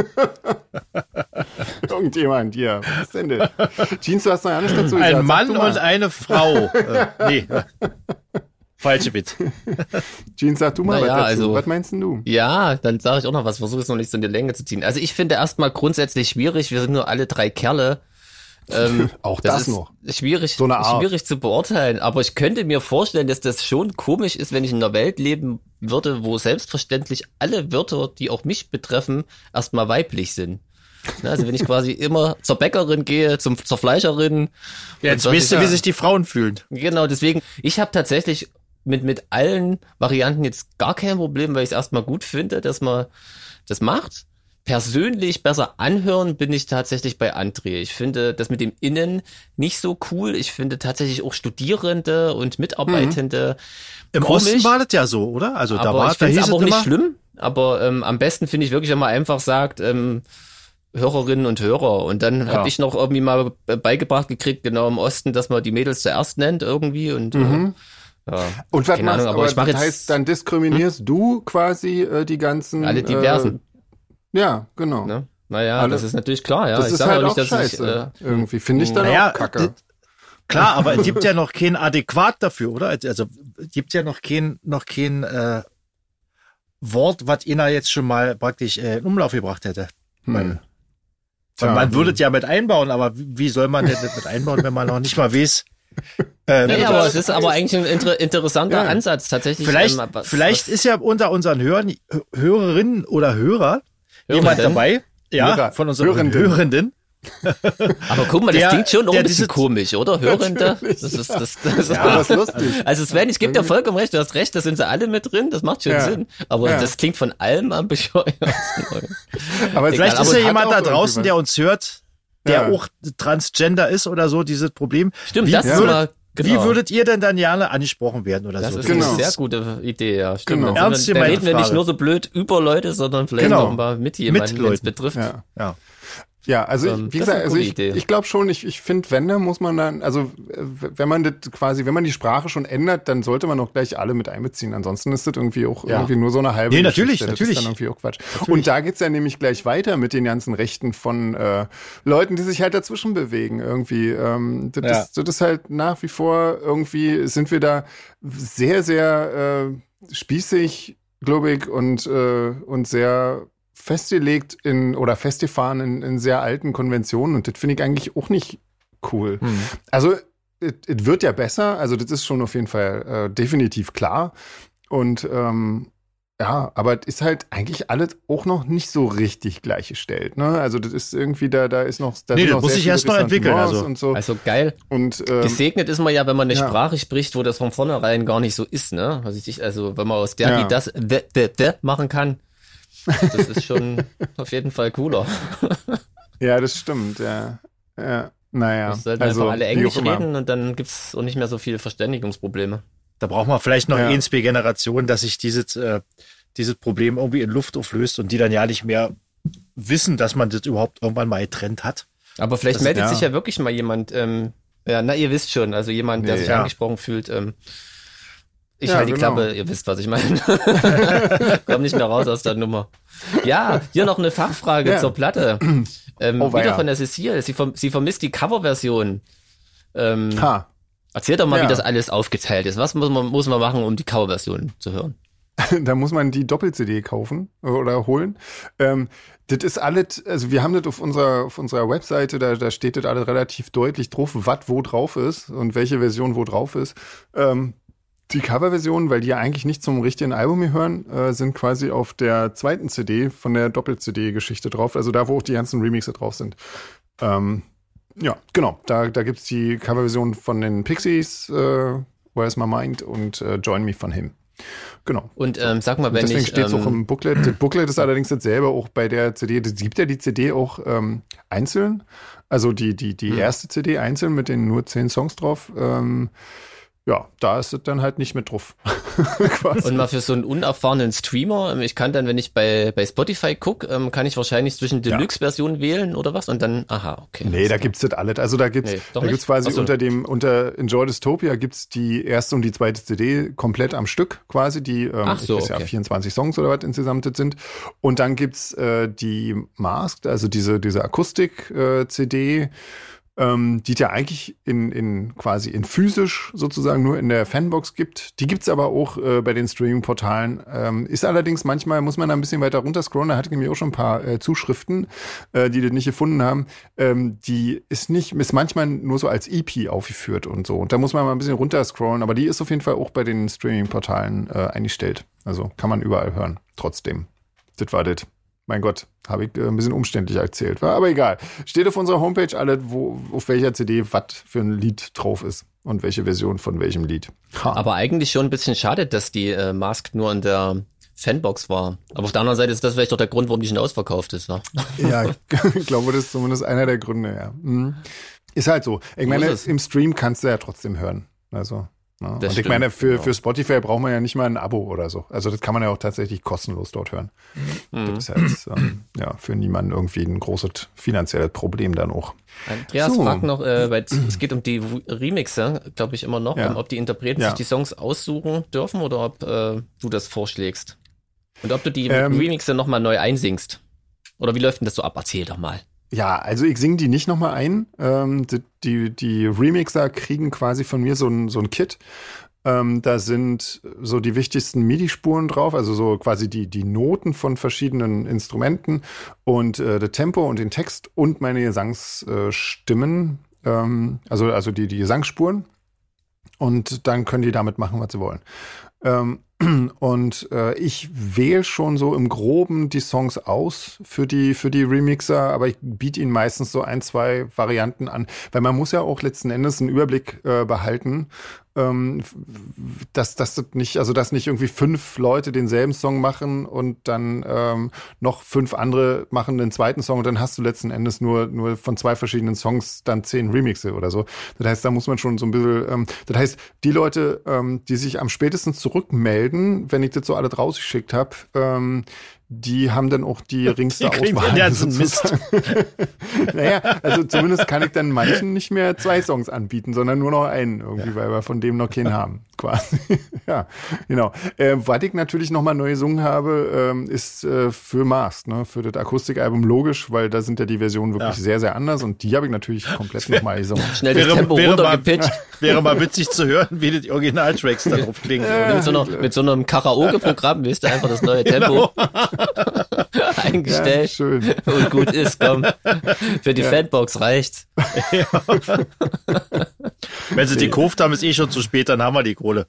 Irgendjemand hier. Was ist denn das? Jeans, du hast noch alles dazu gesagt. Ein Mann und eine Frau. Nee. Falsche Witz. Jeans, sag du mal was dazu. Also, was meinst denn du? Ja, dann sage ich auch noch was. Versuche es noch nicht so in die Länge zu ziehen. Also ich finde erstmal grundsätzlich schwierig. Wir sind nur alle 3 Kerle. Auch das noch. Schwierig zu beurteilen. Aber ich könnte mir vorstellen, dass das schon komisch ist, wenn ich in einer Welt leben würde, wo selbstverständlich alle Wörter, die auch mich betreffen, erstmal weiblich sind. Also wenn ich quasi immer zur Bäckerin gehe, zur Fleischerin. Ja, jetzt weißt du, wie sich die Frauen fühlen. Genau, deswegen, ich habe tatsächlich mit allen Varianten jetzt gar kein Problem, weil ich es erstmal gut finde, dass man das macht. Persönlich besser anhören bin ich tatsächlich bei André. Ich finde das mit dem Innen nicht so cool. Ich finde tatsächlich auch Studierende und Mitarbeitende Im komisch. Osten war das ja so, oder? Also aber da war ich finde es aber auch nicht immer schlimm. Aber am besten finde ich wirklich, wenn man einfach sagt, Hörerinnen und Hörer. Und dann habe ich noch irgendwie mal beigebracht gekriegt, genau im Osten, dass man die Mädels zuerst nennt irgendwie. Und und was machst, aber das heißt, dann diskriminierst du quasi die ganzen alle Diversen. Ja, genau. Ne? Naja, das ist natürlich klar, ja. Das ich ist halt auch scheiße. Irgendwie finde ich dann auch kacke. Klar, aber es gibt ja noch kein Adäquat dafür, oder? Also es gibt ja noch kein Wort, was Ina jetzt schon mal praktisch in Umlauf gebracht hätte. Man würde es ja mit einbauen, aber wie soll man denn das mit einbauen, wenn man noch nicht mal weiß? Aber es ist aber eigentlich ein interessanter Ansatz tatsächlich. Vielleicht ist ja unter unseren Hörerinnen oder Hörer jemand dabei, von unseren Hörenden. Aber guck mal, das klingt schon noch ein bisschen komisch, oder? Hörende? Das ist lustig. Also Sven, ich gebe dir vollkommen recht, du hast recht, da sind sie alle mit drin, das macht schon Sinn. Aber das klingt von allem am bescheuertsten. Aber vielleicht ist ja jemand da draußen, der uns hört, der auch Transgender ist oder so, dieses Problem. Stimmt, wie würdet ihr denn dann gerne angesprochen werden oder das so? Das ist eine sehr gute Idee, ja. Stimmt. Genau. Dann reden wir nicht nur so blöd über Leute, sondern vielleicht auch mal mit jemandem, den es betrifft. Ja. Ja, also wie gesagt, also ich glaube schon, ich finde, wenn, dann muss man dann, also wenn man das quasi, wenn man die Sprache schon ändert, dann sollte man auch gleich alle mit einbeziehen. Ansonsten ist das irgendwie auch irgendwie nur so eine halbe Natürlich. Das ist dann irgendwie auch Quatsch. Natürlich. Und da geht's ja nämlich gleich weiter mit den ganzen Rechten von Leuten, die sich halt dazwischen bewegen irgendwie. Das ist halt nach wie vor irgendwie, sind wir da sehr, sehr spießig, glaube ich, und sehr festgelegt festgefahren in sehr alten Konventionen, und das finde ich eigentlich auch nicht cool. Also es wird ja besser, also das ist schon auf jeden Fall definitiv klar, und aber es ist halt eigentlich alles auch noch nicht so richtig gleichgestellt, ne? Also das ist irgendwie, da ist noch das muss sich erst noch entwickeln, und so. Also geil. Und gesegnet ist man ja, wenn man eine Sprache spricht, wo das von vornherein gar nicht so ist, ne? Also wenn man aus der die das machen kann. Das ist schon auf jeden Fall cooler. Ja, das stimmt, ja. Naja. Wir sollten einfach alle Englisch reden, und dann gibt's auch nicht mehr so viele Verständigungsprobleme. Da braucht man vielleicht noch 1-2 Generationen, dass sich dieses Problem irgendwie in Luft auflöst und die dann ja nicht mehr wissen, dass man das überhaupt irgendwann mal getrennt hat. Aber vielleicht meldet sich ja wirklich mal jemand, ihr wisst schon, also jemand, der sich angesprochen fühlt, ich halte die Klappe, ihr wisst, was ich meine. Komm nicht mehr raus aus der Nummer. Ja, hier noch eine Fachfrage zur Platte. Wieder von der Cecile. Sie vermisst die Coverversion. Erzähl doch mal, wie das alles aufgeteilt ist. Was muss man machen, um die Coverversion zu hören? Da muss man die Doppel-CD kaufen oder holen. Das ist alles, also wir haben das auf unserer Webseite, da steht das alles relativ deutlich drauf, was wo drauf ist und welche Version wo drauf ist. Die Coverversionen, weil die ja eigentlich nicht zum richtigen Album gehören, sind quasi auf der zweiten CD von der Doppel-CD-Geschichte drauf. Also da, wo auch die ganzen Remixe drauf sind. Ja, genau. Da gibt's die Coverversion von den Pixies, Where's My Mind und Join Me von Him. Genau. Und sag mal, wenn deswegen steht es auch im Booklet. Das Booklet ist allerdings dasselbe auch bei der CD. Es gibt ja die CD auch einzeln. Also die erste CD einzeln mit den nur 10 Songs drauf. Ja, da ist es dann halt nicht mit drauf. Und mal für so einen unerfahrenen Streamer, ich kann dann, wenn ich bei Spotify gucke, kann ich wahrscheinlich zwischen Deluxe-Version wählen oder was? Und dann, okay. Nee, da gibt's das alles. Also da gibt's quasi unter Enjoy Dystopia gibt's die erste und die zweite CD komplett am Stück quasi, die, ich weiß ja, 24 Songs oder was insgesamt das sind. Und dann gibt's die Masked, also diese Akustik-CD, die es ja eigentlich quasi in physisch sozusagen nur in der Fanbox gibt. Die gibt's aber auch bei den Streaming-Portalen. Ist allerdings manchmal, muss man da ein bisschen weiter runterscrollen, da hatte ich nämlich auch schon ein paar Zuschriften, die das nicht gefunden haben. Die ist manchmal nur so als EP aufgeführt und so. Und da muss man mal ein bisschen runterscrollen, aber die ist auf jeden Fall auch bei den Streaming-Portalen eingestellt. Also kann man überall hören, trotzdem. Das war das. Mein Gott, habe ich ein bisschen umständlich erzählt. Aber egal. Steht auf unserer Homepage alle, auf welcher CD was für ein Lied drauf ist und welche Version von welchem Lied. Aber eigentlich schon ein bisschen schade, dass die Masked nur in der Fanbox war. Aber auf der anderen Seite ist das vielleicht doch der Grund, warum die schon ausverkauft ist. Ja, ja, ich glaube, das ist zumindest einer der Gründe, ja. Ist halt so. Ich meine, im Stream kannst du ja trotzdem hören. Also. Ja, und ich meine, für Spotify braucht man ja nicht mal ein Abo oder so. Also das kann man ja auch tatsächlich kostenlos dort hören. Das ist ja jetzt, für niemanden irgendwie ein großes finanzielles Problem dann auch. Andreas fragt noch, weil es geht um die Remixe, glaube ich immer noch, ob die Interpreten sich die Songs aussuchen dürfen oder ob du das vorschlägst. Und ob du die Remixe nochmal neu einsingst. Oder wie läuft denn das so ab? Erzähl doch mal. Ja, also ich singe die nicht nochmal ein. Die Remixer kriegen quasi von mir so ein Kit. Da sind so die wichtigsten MIDI-Spuren drauf, also so quasi die Noten von verschiedenen Instrumenten und das Tempo und den Text und meine Gesangsstimmen, also die Gesangsspuren. Und dann können die damit machen, was sie wollen. Und ich wähle schon so im Groben die Songs aus für die Remixer, aber ich biete ihnen meistens so 1, 2 Varianten an, weil man muss ja auch letzten Endes einen Überblick behalten, dass nicht irgendwie 5 Leute denselben Song machen und dann noch 5 andere machen den zweiten Song und dann hast du letzten Endes nur von 2 verschiedenen Songs dann 10 Remixe oder so. Das heißt, da muss man schon so ein bisschen, das heißt, die Leute, die sich am spätesten zurückmelden, wenn ich das so alles rausgeschickt habe, die haben dann auch die ringste Auswahl. Mist. Naja, also zumindest kann ich dann manchen nicht mehr 2 Songs anbieten, sondern nur noch einen irgendwie, weil wir von dem noch keinen haben, quasi. Ja, genau. Was ich natürlich nochmal neu gesungen habe, ist für Mast, ne, für das Akustikalbum logisch, weil da sind ja die Versionen wirklich sehr, sehr anders und die habe ich natürlich komplett nochmal gesungen. Schnell das Tempo runtergepitcht. Wäre mal witzig zu hören, wie die Originaltracks da drauf klingen. Mit so einem Karaoke-Programm ist einfach das neue Tempo eingestellt. Ja, schön. Und gut ist, komm. Für die Fanbox reicht's. Ja. Wenn sie die gekauft haben, ist schon zu spät, dann haben wir die Kohle.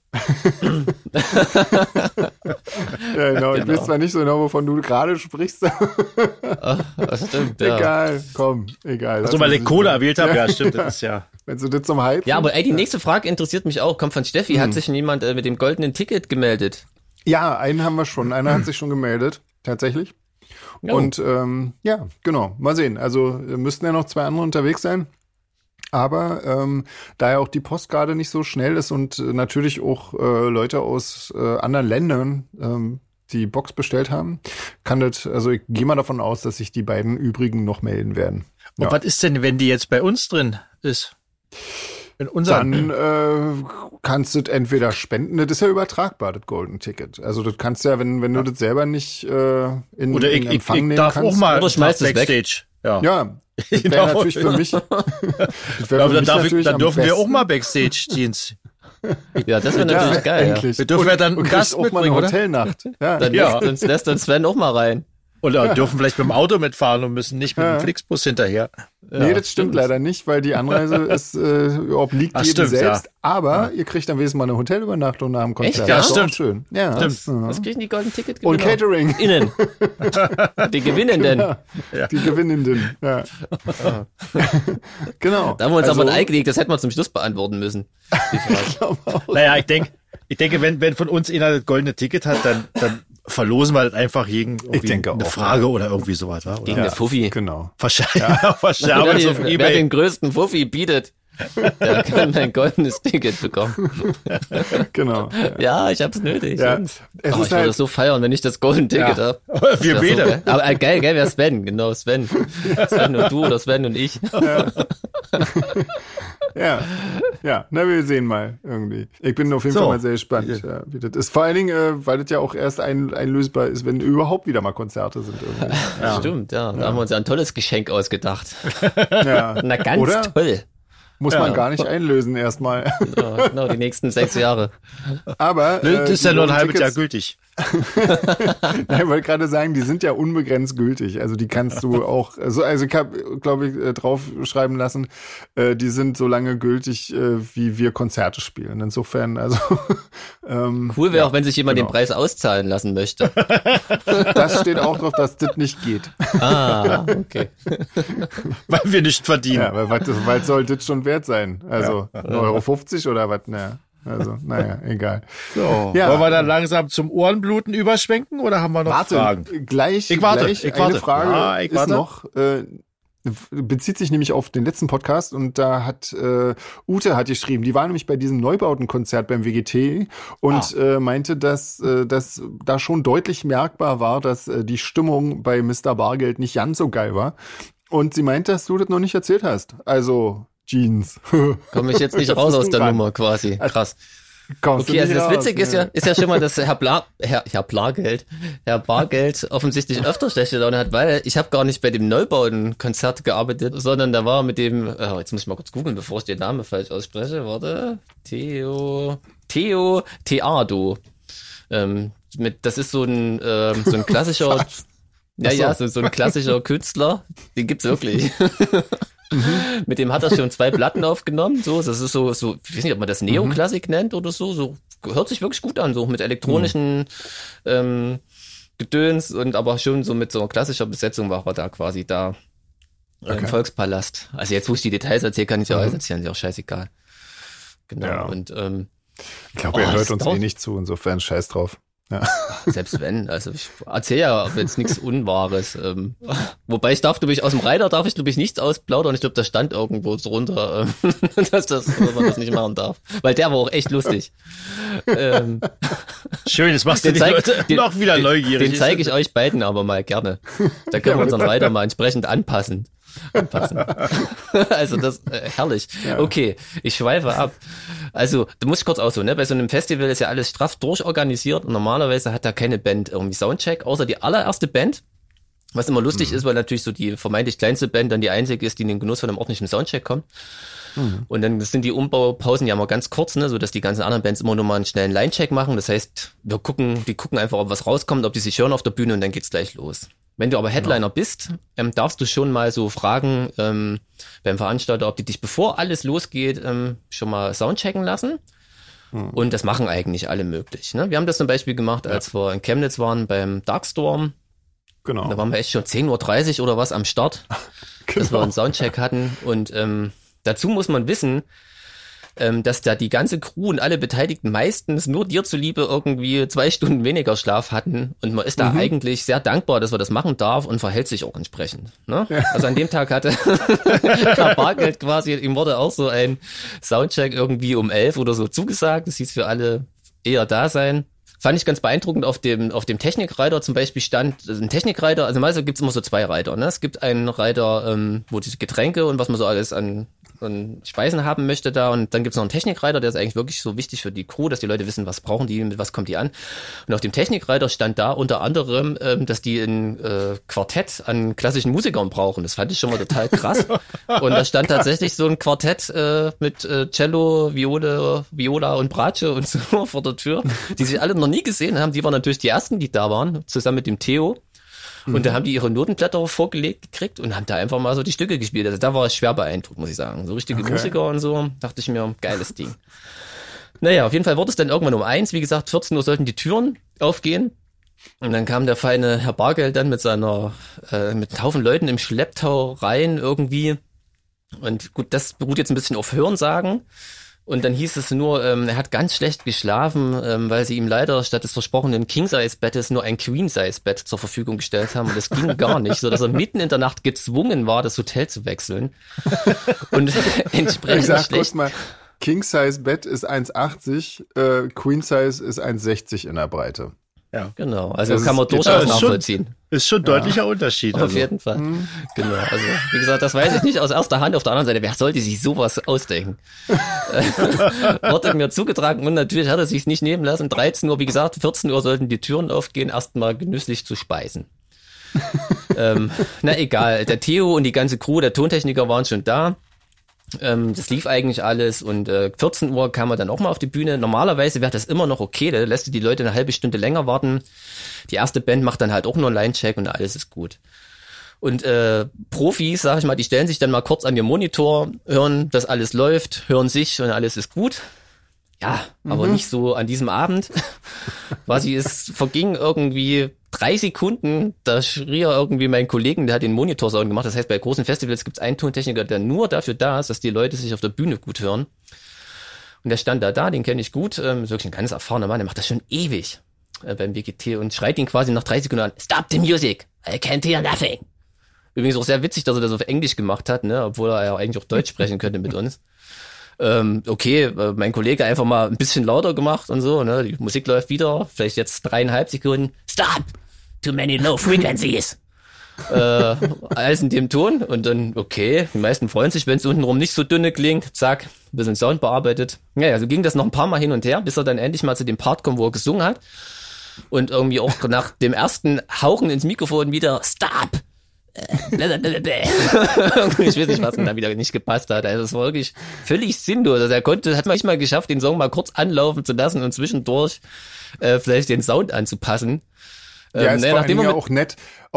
Ja, genau. Ich weiß zwar nicht so genau, wovon du gerade sprichst. Ach, das stimmt, ja. Egal, komm, egal. Also, weil ich Kohle erwähnt habe, ja, stimmt, das ist ja. Wenn du das zum Hype. Ja, aber die nächste Frage interessiert mich auch. Kommt von Steffi, hat sich jemand mit dem goldenen Ticket gemeldet? Ja, einen haben wir schon. Einer hat sich schon gemeldet, tatsächlich. Oh. Und ja, genau, mal sehen. Also müssten ja noch 2 andere unterwegs sein. Aber da ja auch die Post gerade nicht so schnell ist und natürlich auch Leute aus anderen Ländern die Box bestellt haben, kann das, also ich gehe mal davon aus, dass sich die beiden übrigen noch melden werden. Und was ist denn, wenn die jetzt bei uns drin ist? Dann kannst du das entweder spenden, das ist ja übertragbar, das Golden Ticket. Also das kannst du ja, wenn du das selber nicht in Empfang nehmen darf kannst. Auch mal oder schmeißt es Backstage. Weg. Ja, das wäre natürlich für mich. Aber dann dürfen wir auch mal Backstage-Dienst. Ja, das wäre natürlich geil. Endlich. Wir dürfen ja dann einen Gast auch mal eine mitbringen, Hotelnacht. Ja. Dann lässt uns Sven auch mal rein. Oder dürfen vielleicht mit dem Auto mitfahren und müssen nicht mit dem Flixbus hinterher. Nee, das stimmt leider nicht, weil die Anreise ist obliegt jedem selbst. Ja. Aber ihr kriegt dann wenigstens mal eine Hotelübernachtung nach dem Konzert. Echt? Ja, das ist stimmt. Auch schön. Ja, stimmt. Was kriegen die Golden Ticket? Und Catering. Innen. Die Gewinnenden. Genau. Ja. Die Gewinnenden. Ja. Genau. Da haben wir uns aber ein Ei gelegt, das hätten wir zum Schluss beantworten müssen. Die Frage. Naja, ich denke, wenn von uns einer das goldene Ticket hat, dann verlosen wir das einfach gegen eine Frage oder irgendwie sowas. Oder? Gegen eine Fuffi. Genau. Verscherben auf eBay. Wer den größten Fuffi bietet, der kann ein goldenes Ticket bekommen. Genau. Ja, ich hab's nötig. Ja. Ich würde das so feiern, wenn ich das Golden Ticket habe. Wir beide. So aber geil wäre Sven, genau, Sven. Sven und du oder Sven und ich. Ja, na, wir sehen mal irgendwie. Ich bin auf jeden Fall mal sehr gespannt, wie das ist. Vor allen Dingen, weil das ja auch erst einlösbar ist, wenn überhaupt wieder mal Konzerte sind irgendwie. Ja. Stimmt, ja. Da haben wir uns ja ein tolles Geschenk ausgedacht. Ja. Na, ganz oder? Toll. Muss man gar nicht einlösen erstmal. Ja, genau, die nächsten 6 Jahre. Aber das ist ja nur ein halbes Jahr gültig. Ich wollte gerade sagen, die sind ja unbegrenzt gültig. Also die kannst du auch, also ich habe, glaube ich, draufschreiben lassen, die sind so lange gültig, wie wir Konzerte spielen. Insofern, also cool wäre auch, wenn sich jemand den Preis auszahlen lassen möchte. Das steht auch drauf, dass das nicht geht. Ah, okay. Weil wir nicht verdienen. Ja, weil soll das schon wert sein? Also 1,50 € oder was? Naja. Also, naja, egal. So, wollen wir dann langsam zum Ohrenbluten überschwenken oder haben wir noch Fragen? Ich warte. Eine Frage ist noch, bezieht sich nämlich auf den letzten Podcast und da hat Ute hat geschrieben, die war nämlich bei diesem Neubautenkonzert beim WGT und meinte, dass da schon deutlich merkbar war, dass die Stimmung bei Mr. Bargeld nicht ganz so geil war. Und sie meinte, dass du das noch nicht erzählt hast. Also Jeans. Komme ich jetzt nicht raus aus der Nummer quasi. Krass. Okay, also das Witzige ist ja schon mal, dass Herr Bargeld offensichtlich öfter schlechte Laune hat, weil ich habe gar nicht bei dem Neubauten-Konzert gearbeitet, sondern da war mit dem, jetzt muss ich mal kurz googeln, bevor ich den Namen falsch ausspreche, warte, Theo Theado. Das ist so ein klassischer, so ein klassischer Künstler, den gibt's wirklich. Mit dem hat er schon 2 Platten aufgenommen, so, das ist so, ich weiß nicht, ob man das Neoklassik nennt oder so, hört sich wirklich gut an, so mit elektronischen Gedöns und aber schon so mit so einer klassischer Besetzung war er da quasi da im Volkspalast. Also jetzt, wo ich die Details erzähle, kann ich ja alles erzählen, ist ja auch scheißegal. Genau, und ich glaube, er hört uns nicht zu, insofern scheiß drauf. Ja. Selbst wenn, also ich erzähle ja jetzt nichts Unwahres. Wobei ich aus dem Reiter darf ich, glaube ich, nichts ausplaudern. Ich glaube, da stand irgendwo drunter, dass man das nicht machen darf. Weil der war auch echt lustig. Schön, das machst du die Leute noch wieder neugierig. Den zeige ich euch beiden aber mal gerne. Da können wir unseren Reiter mal entsprechend anpassen. Also das, herrlich. Ja. Okay, ich schweife ab. Also, du musst kurz ausholen, ne? Bei so einem Festival ist ja alles straff durchorganisiert und normalerweise hat da keine Band irgendwie Soundcheck, außer die allererste Band. Was immer lustig ist, weil natürlich so die vermeintlich kleinste Band dann die einzige ist, die in den Genuss von einem ordentlichen Soundcheck kommt. Und dann sind die Umbaupausen ja mal ganz kurz, ne, so dass die ganzen anderen Bands immer nur mal einen schnellen Line-Check machen. Das heißt, die gucken einfach, ob was rauskommt, ob die sich hören auf der Bühne und dann geht's gleich los. Wenn du aber Headliner bist, darfst du schon mal so fragen beim Veranstalter, ob die dich, bevor alles losgeht, schon mal soundchecken lassen. Und das machen eigentlich alle möglich. Ne? Wir haben das zum Beispiel gemacht, als wir in Chemnitz waren beim Darkstorm. Genau. Da waren wir echt schon 10:30 Uhr oder was am Start, dass wir einen Soundcheck hatten. Und dazu muss man wissen, dass da die ganze Crew und alle Beteiligten meistens nur dir zuliebe irgendwie 2 Stunden weniger Schlaf hatten und man ist da eigentlich sehr dankbar, dass man das machen darf und verhält sich auch entsprechend. Ne? Ja. Also an dem Tag hatte Herr Bargeld quasi, ihm wurde auch so ein Soundcheck irgendwie um 11 oder so zugesagt. Das hieß für alle eher da sein. Fand ich ganz beeindruckend, auf dem Technikreiter zum Beispiel stand, ein Technikreiter, also meistens gibt's immer so 2 Reiter. Ne? Es gibt einen Reiter, wo diese Getränke und was man so alles an Speisen haben möchte da, und dann gibt's noch einen Technikreiter, der ist eigentlich wirklich so wichtig für die Crew, dass die Leute wissen, was brauchen die, mit was kommt die an. Und auf dem Technikreiter stand da unter anderem, dass die ein Quartett an klassischen Musikern brauchen. Das fand ich schon mal total krass. Und da stand tatsächlich so ein Quartett mit Cello, Viola und Bratsche und so vor der Tür, die sich alle noch nie gesehen haben. Die waren natürlich die ersten, die da waren, zusammen mit dem Theo. Und da haben die ihre Notenblätter vorgelegt gekriegt und haben da einfach mal so die Stücke gespielt. Also da war ich schwer beeindruckt, muss ich sagen. So richtige Musiker und so, dachte ich mir, geiles Ding. Naja, auf jeden Fall wurde es dann irgendwann um 1. Wie gesagt, 14 Uhr sollten die Türen aufgehen. Und dann kam der feine Herr Bargeld dann mit einem Haufen Leuten im Schlepptau rein irgendwie. Und gut, das beruht jetzt ein bisschen auf Hörensagen. Und dann hieß es nur, er hat ganz schlecht geschlafen, weil sie ihm leider statt des versprochenen King-Size-Bettes nur ein Queen-Size-Bett zur Verfügung gestellt haben. Und das ging gar nicht, so dass er mitten in der Nacht gezwungen war, das Hotel zu wechseln. Und entsprechend ich sag kurz mal, King-Size-Bett ist 1,80, Queen-Size ist 1,60 in der Breite. Ja, genau. Also das kann man durchaus nachvollziehen. Ist schon ein deutlicher Unterschied. Auf jeden Fall. Genau. Also, wie gesagt, das weiß ich nicht aus erster Hand. Auf der anderen Seite, wer sollte sich sowas ausdenken? Wurde mir zugetragen und natürlich hat er sich nicht nehmen lassen. 13 Uhr, wie gesagt, 14 Uhr sollten die Türen aufgehen, erstmal genüsslich zu speisen. Na egal, der Theo und die ganze Crew, der Tontechniker waren schon da. Das lief eigentlich alles und 14 Uhr kam er dann auch mal auf die Bühne. Normalerweise wäre das immer noch okay, da lässt du die Leute eine halbe Stunde länger warten. Die erste Band macht dann halt auch nur einen Line-Check und alles ist gut. Und Profis, sag ich mal, die stellen sich dann mal kurz an den Monitor, hören, dass alles läuft, hören sich und alles ist gut. Ja, aber nicht so an diesem Abend. Quasi, es verging irgendwie 3 Sekunden, da schrie er irgendwie meinen Kollegen, der hat den Monitorsound gemacht. Das heißt, bei großen Festivals gibt es einen Tontechniker, der nur dafür da ist, dass die Leute sich auf der Bühne gut hören. Und der stand da, den kenne ich gut, ist wirklich ein ganz erfahrener Mann, der macht das schon ewig beim WGT und schreit ihn quasi nach 3 Sekunden an, Stop the music, I can't hear nothing. Übrigens auch sehr witzig, dass er das auf Englisch gemacht hat, ne, obwohl er ja eigentlich auch Deutsch sprechen könnte mit uns. Mein Kollege einfach mal ein bisschen lauter gemacht und so, ne, die Musik läuft wieder, vielleicht jetzt 3,5 Sekunden, Stop! Too many low frequencies. Alles in dem Ton und dann, okay, die meisten freuen sich, wenn es untenrum nicht so dünne klingt, zack, ein bisschen Sound bearbeitet. Naja, so ging das noch ein paar Mal hin und her, bis er dann endlich mal zu dem Part kommt, wo er gesungen hat und irgendwie auch nach dem ersten Hauchen ins Mikrofon wieder, Stop! Ich weiß nicht, was ihm da wieder nicht gepasst hat. Also es war wirklich völlig sinnlos. Also hat manchmal geschafft, den Song mal kurz anlaufen zu lassen und zwischendurch vielleicht den Sound anzupassen. Ja, es war ja auch nett,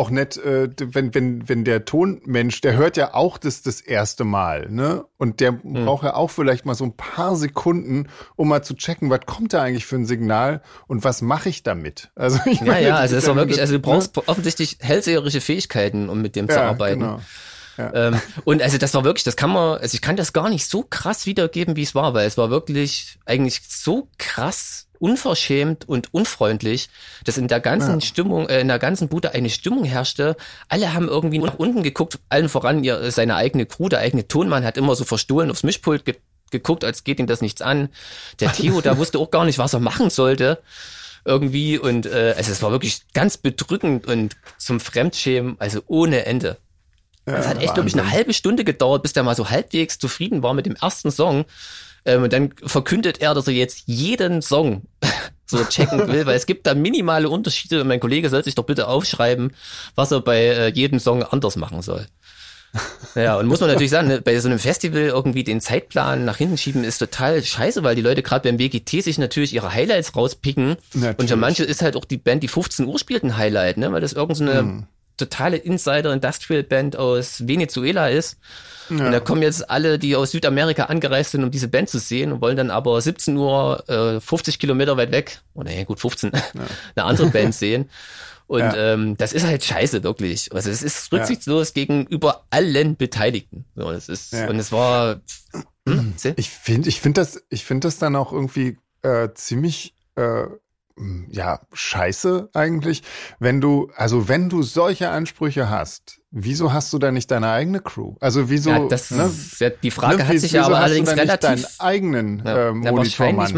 wenn der Tonmensch, der hört ja auch das erste Mal, ne? Und der braucht ja auch vielleicht mal so ein paar Sekunden, um mal zu checken, was kommt da eigentlich für ein Signal und was mache ich damit? Also ich meine, also es war wirklich, also du brauchst offensichtlich hellseherische Fähigkeiten, um mit dem zu arbeiten. Genau. Ja. Und also das war wirklich, ich kann das gar nicht so krass wiedergeben, wie es war, weil es war wirklich eigentlich so krass unverschämt und unfreundlich, dass in der ganzen Stimmung, in der ganzen Bude eine Stimmung herrschte. Alle haben irgendwie nach unten geguckt, allen voran seine eigene Crew, der eigene Tonmann hat immer so verstohlen aufs Mischpult geguckt, als geht ihm das nichts an. Der Theo, der wusste auch gar nicht, was er machen sollte. Irgendwie und also es war wirklich ganz bedrückend und zum Fremdschämen, also ohne Ende. Es hat echt, glaube ich, eine halbe Stunde gedauert, bis der mal so halbwegs zufrieden war mit dem ersten Song. Und dann verkündet er, dass er jetzt jeden Song so checken will, weil es gibt da minimale Unterschiede und mein Kollege soll sich doch bitte aufschreiben, was er bei jedem Song anders machen soll. Ja, und muss man natürlich sagen, ne, bei so einem Festival irgendwie den Zeitplan nach hinten schieben ist total scheiße, weil die Leute gerade beim WGT sich natürlich ihre Highlights rauspicken. Natürlich. Und für manche ist halt auch die Band, die 15 Uhr spielt, ein Highlight, ne, weil das irgendeine totale Insider-Industrial-Band aus Venezuela ist. Ja. Und da kommen jetzt alle, die aus Südamerika angereist sind, um diese Band zu sehen und wollen dann aber 17 Uhr 50 Kilometer weit weg, oder ja gut 15, eine andere Band sehen. Und das ist halt scheiße, wirklich. Also es ist rücksichtslos gegenüber allen Beteiligten. So, das ist, und es war Ich finde das dann auch irgendwie ziemlich scheiße eigentlich, wenn du solche Ansprüche hast, wieso hast du da nicht deine eigene Crew? Also wieso? Ja, die Frage hat sich ja aber allerdings relativ deinen eigenen Monitormann,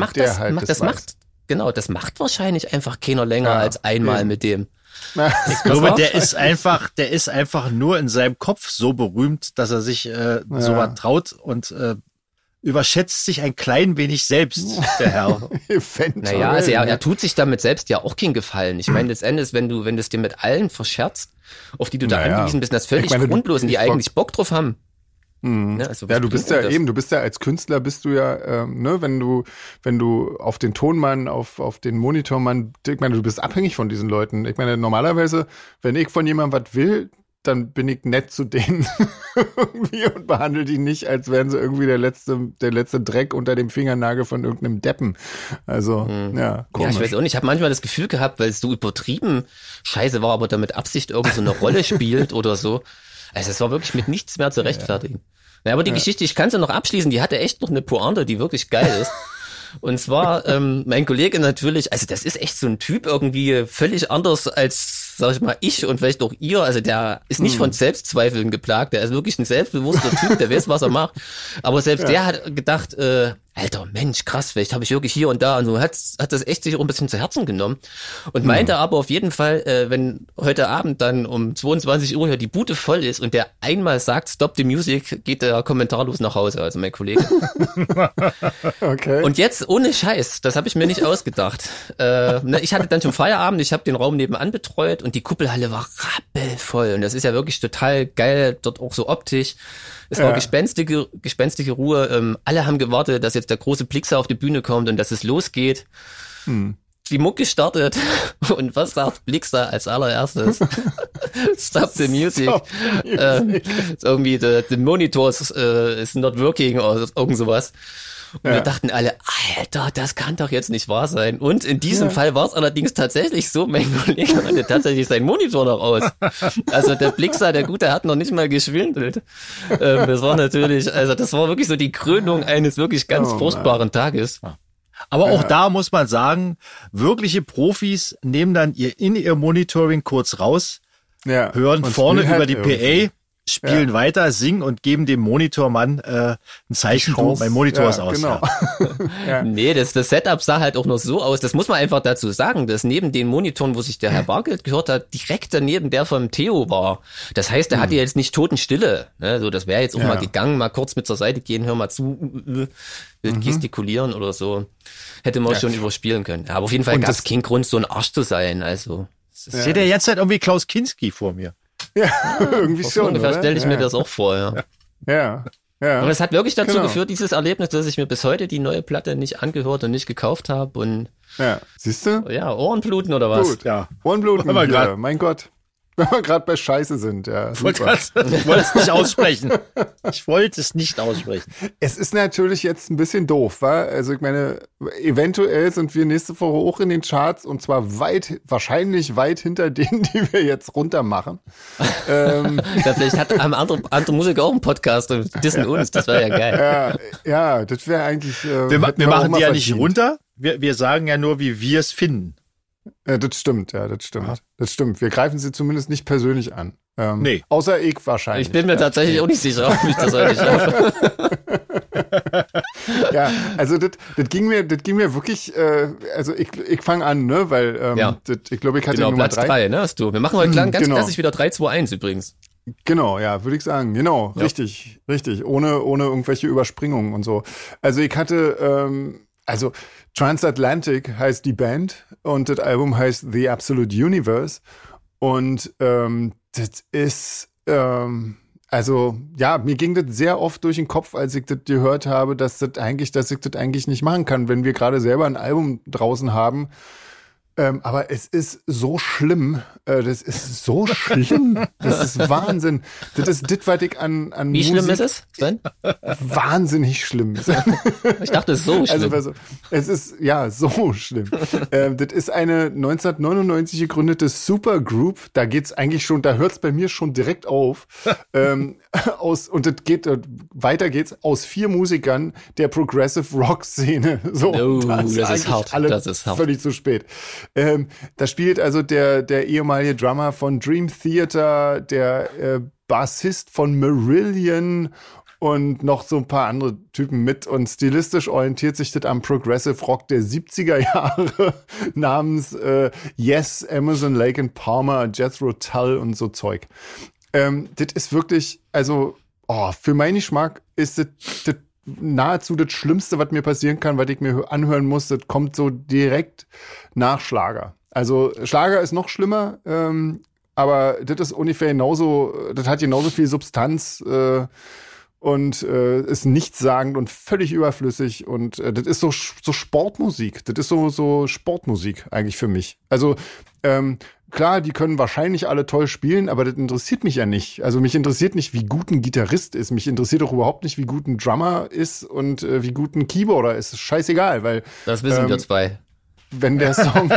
das macht wahrscheinlich einfach keiner länger als einmal mit dem. Ich glaube, der ist einfach nur in seinem Kopf so berühmt, dass er sich so was traut und überschätzt sich ein klein wenig selbst, der Herr. Naja, also er tut sich damit selbst ja auch keinen Gefallen. Ich meine, letztendlich, wenn du es dir mit allen verscherzt, auf die du da angewiesen bist, das ist völlig grundlos und die eigentlich Bock drauf haben. Ne, also du bist ja als Künstler wenn du auf den Tonmann, auf den Monitormann, ich meine, du bist abhängig von diesen Leuten. Ich meine, normalerweise, wenn ich von jemandem was will, dann bin ich nett zu denen irgendwie und behandle die nicht, als wären sie irgendwie der letzte Dreck unter dem Fingernagel von irgendeinem Deppen. Also, komisch. Ja, ich weiß auch nicht. Ich habe manchmal das Gefühl gehabt, weil es so übertrieben scheiße war, aber da mit Absicht irgend so eine Rolle spielt oder so. Also es war wirklich mit nichts mehr zu rechtfertigen. Ja, aber die Geschichte, ich kann sie noch abschließen, die hatte echt noch eine Pointe, die wirklich geil ist. Und zwar, mein Kollege natürlich, also das ist echt so ein Typ irgendwie völlig anders als, sag ich mal, ich und vielleicht auch ihr. Also der ist nicht von Selbstzweifeln geplagt, der ist wirklich ein selbstbewusster Typ, der weiß, was er macht. Aber selbst der hat gedacht, Alter, Mensch, krass, vielleicht habe ich wirklich hier und da und so, hat das echt sich auch ein bisschen zu Herzen genommen und meinte aber auf jeden Fall, wenn heute Abend dann um 22 Uhr hier die Bude voll ist und der einmal sagt, stop the music, geht der kommentarlos nach Hause, also mein Kollege. Okay. Und jetzt, ohne Scheiß, das habe ich mir nicht ausgedacht. Ich hatte dann schon Feierabend, ich habe den Raum nebenan betreut und die Kuppelhalle war rappelvoll und das ist ja wirklich total geil, dort auch so optisch. Es war gespenstige Ruhe. Alle haben gewartet, dass jetzt der große Blixer auf die Bühne kommt und dass es losgeht. Die Mucke startet. Und was sagt Blixer als allererstes? Stop the music. Irgendwie, the monitors is not working oder irgend sowas. Und wir dachten alle, Alter, das kann doch jetzt nicht wahr sein. Und in diesem Fall war es allerdings tatsächlich so, mein Kollege hatte tatsächlich seinen Monitor noch aus. Also der Blixer, der Gute, hat noch nicht mal geschwindelt. Das war natürlich, also das war wirklich so die Krönung eines wirklich ganz furchtbaren Tages. Aber auch da muss man sagen, wirkliche Profis nehmen dann ihr Monitoring kurz raus, hören vorne über die PA, spielen weiter, singen und geben dem Monitormann ein Zeichen, mein Monitor ist aus. Genau. Nee, das Setup sah halt auch noch so aus, das muss man einfach dazu sagen, dass neben den Monitoren, wo sich der Herr Bargeld gehört hat, direkt daneben der vom Theo war. Das heißt, der hatte jetzt nicht Totenstille. Ne? So, das wäre jetzt auch mal gegangen, mal kurz mit zur Seite gehen, hör mal zu, gestikulieren oder so. Hätte man schon überspielen können. Aber auf jeden Fall gab es keinen Grund, so ein Arsch zu sein. Also, ich sehe der jetzt halt irgendwie Klaus Kinski vor mir. Ja, irgendwie schon. Ungefähr stelle ich mir das auch vor, Ja. Und es hat wirklich dazu geführt, dieses Erlebnis, dass ich mir bis heute die neue Platte nicht angehört und nicht gekauft habe. Und siehst du? Ja, Ohrenbluten oder was? Gut, Ohrenbluten, mein Gott. Wenn wir gerade bei Scheiße sind, Ich wollte es nicht aussprechen. Es ist natürlich jetzt ein bisschen doof, wa? Also ich meine, eventuell sind wir nächste Woche auch in den Charts und zwar wahrscheinlich weit hinter denen, die wir jetzt runter machen. Vielleicht hat andere Musiker auch einen Podcast und dissen uns, das wäre ja geil. Ja, das wäre eigentlich... wir machen die ja nicht runter, wir sagen ja nur, wie wir es finden. Das stimmt, das stimmt. Ja. Das stimmt. Wir greifen sie zumindest nicht persönlich an. Nee. Außer ich wahrscheinlich. Ich bin mir tatsächlich auch nicht sicher, ob ich das heute schaffe. Ja, also das ging mir wirklich, also ich fange an, ne, weil ich glaube, ich hatte genau, Nummer Platz 3, ne, hast du. Wir machen heute ganz klassisch wieder 3-2-1 übrigens. Genau, ja, würde ich sagen. Genau, ja. Richtig. Ohne irgendwelche Überspringungen und so. Also ich hatte, Transatlantic heißt die Band und das Album heißt The Absolute Universe. Und das ist, also ja, mir ging das sehr oft durch den Kopf, als ich das gehört habe, dass ich das eigentlich nicht machen kann, wenn wir gerade selber ein Album draußen haben. Aber es ist so schlimm. Das ist so schlimm. Das ist Wahnsinn. Das ist das, was ich an Wie Musik, schlimm ist es, Sven? Wahnsinnig schlimm. Ich dachte, es ist so schlimm. Also, es ist, ja, so schlimm. Das ist eine 1999 gegründete Supergroup. Da geht's eigentlich schon, da hört's bei mir schon direkt auf. Und weiter geht's aus 4 Musikern der Progressive Rock Szene. So, das ist hart. Das ist hart. Völlig zu spät. Da spielt also der ehemalige Drummer von Dream Theater, der Bassist von Marillion und noch so ein paar andere Typen mit. Und stilistisch orientiert sich das am Progressive Rock der 70er Jahre namens Yes, Emerson, Lake and Palmer, Jethro Tull und so Zeug. Das ist wirklich, also für meinen Geschmack ist das nahezu das Schlimmste, was mir passieren kann, was ich mir anhören muss. Das kommt so direkt nach Schlager. Also Schlager ist noch schlimmer, aber das ist ungefähr genauso, das hat genauso viel Substanz und ist nichtssagend und völlig überflüssig und das ist so Sportmusik. Das ist so Sportmusik eigentlich für mich. Also klar, die können wahrscheinlich alle toll spielen, aber das interessiert mich ja nicht. Also mich interessiert nicht, wie gut ein Gitarrist ist. Mich interessiert auch überhaupt nicht, wie gut ein Drummer ist und wie gut ein Keyboarder ist. Das ist scheißegal, weil das wissen wir zwei. Wenn der Song,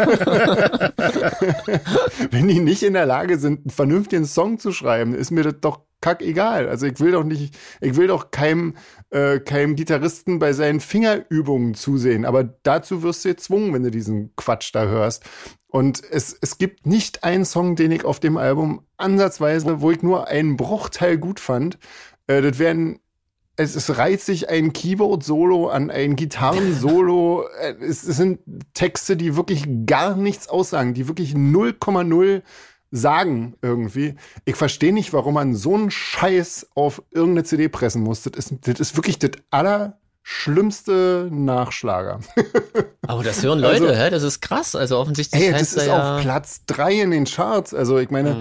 wenn die nicht in der Lage sind, einen vernünftigen Song zu schreiben, ist mir das doch kackegal. Also ich will doch keinem Gitarristen bei seinen Fingerübungen zusehen. Aber dazu wirst du gezwungen, wenn du diesen Quatsch da hörst. Und es gibt nicht einen Song, den ich auf dem Album ansatzweise, wo ich nur einen Bruchteil gut fand. Es reiht sich ein Keyboard-Solo an ein Gitarren-Solo. Es sind Texte, die wirklich gar nichts aussagen, die wirklich 0,0 sagen irgendwie. Ich verstehe nicht, warum man so einen Scheiß auf irgendeine CD pressen muss. Das ist wirklich das allerschlimmste Nachschlager. Aber das hören Leute, das ist krass. Also offensichtlich das ist auf Platz 3 in den Charts. Also ich meine,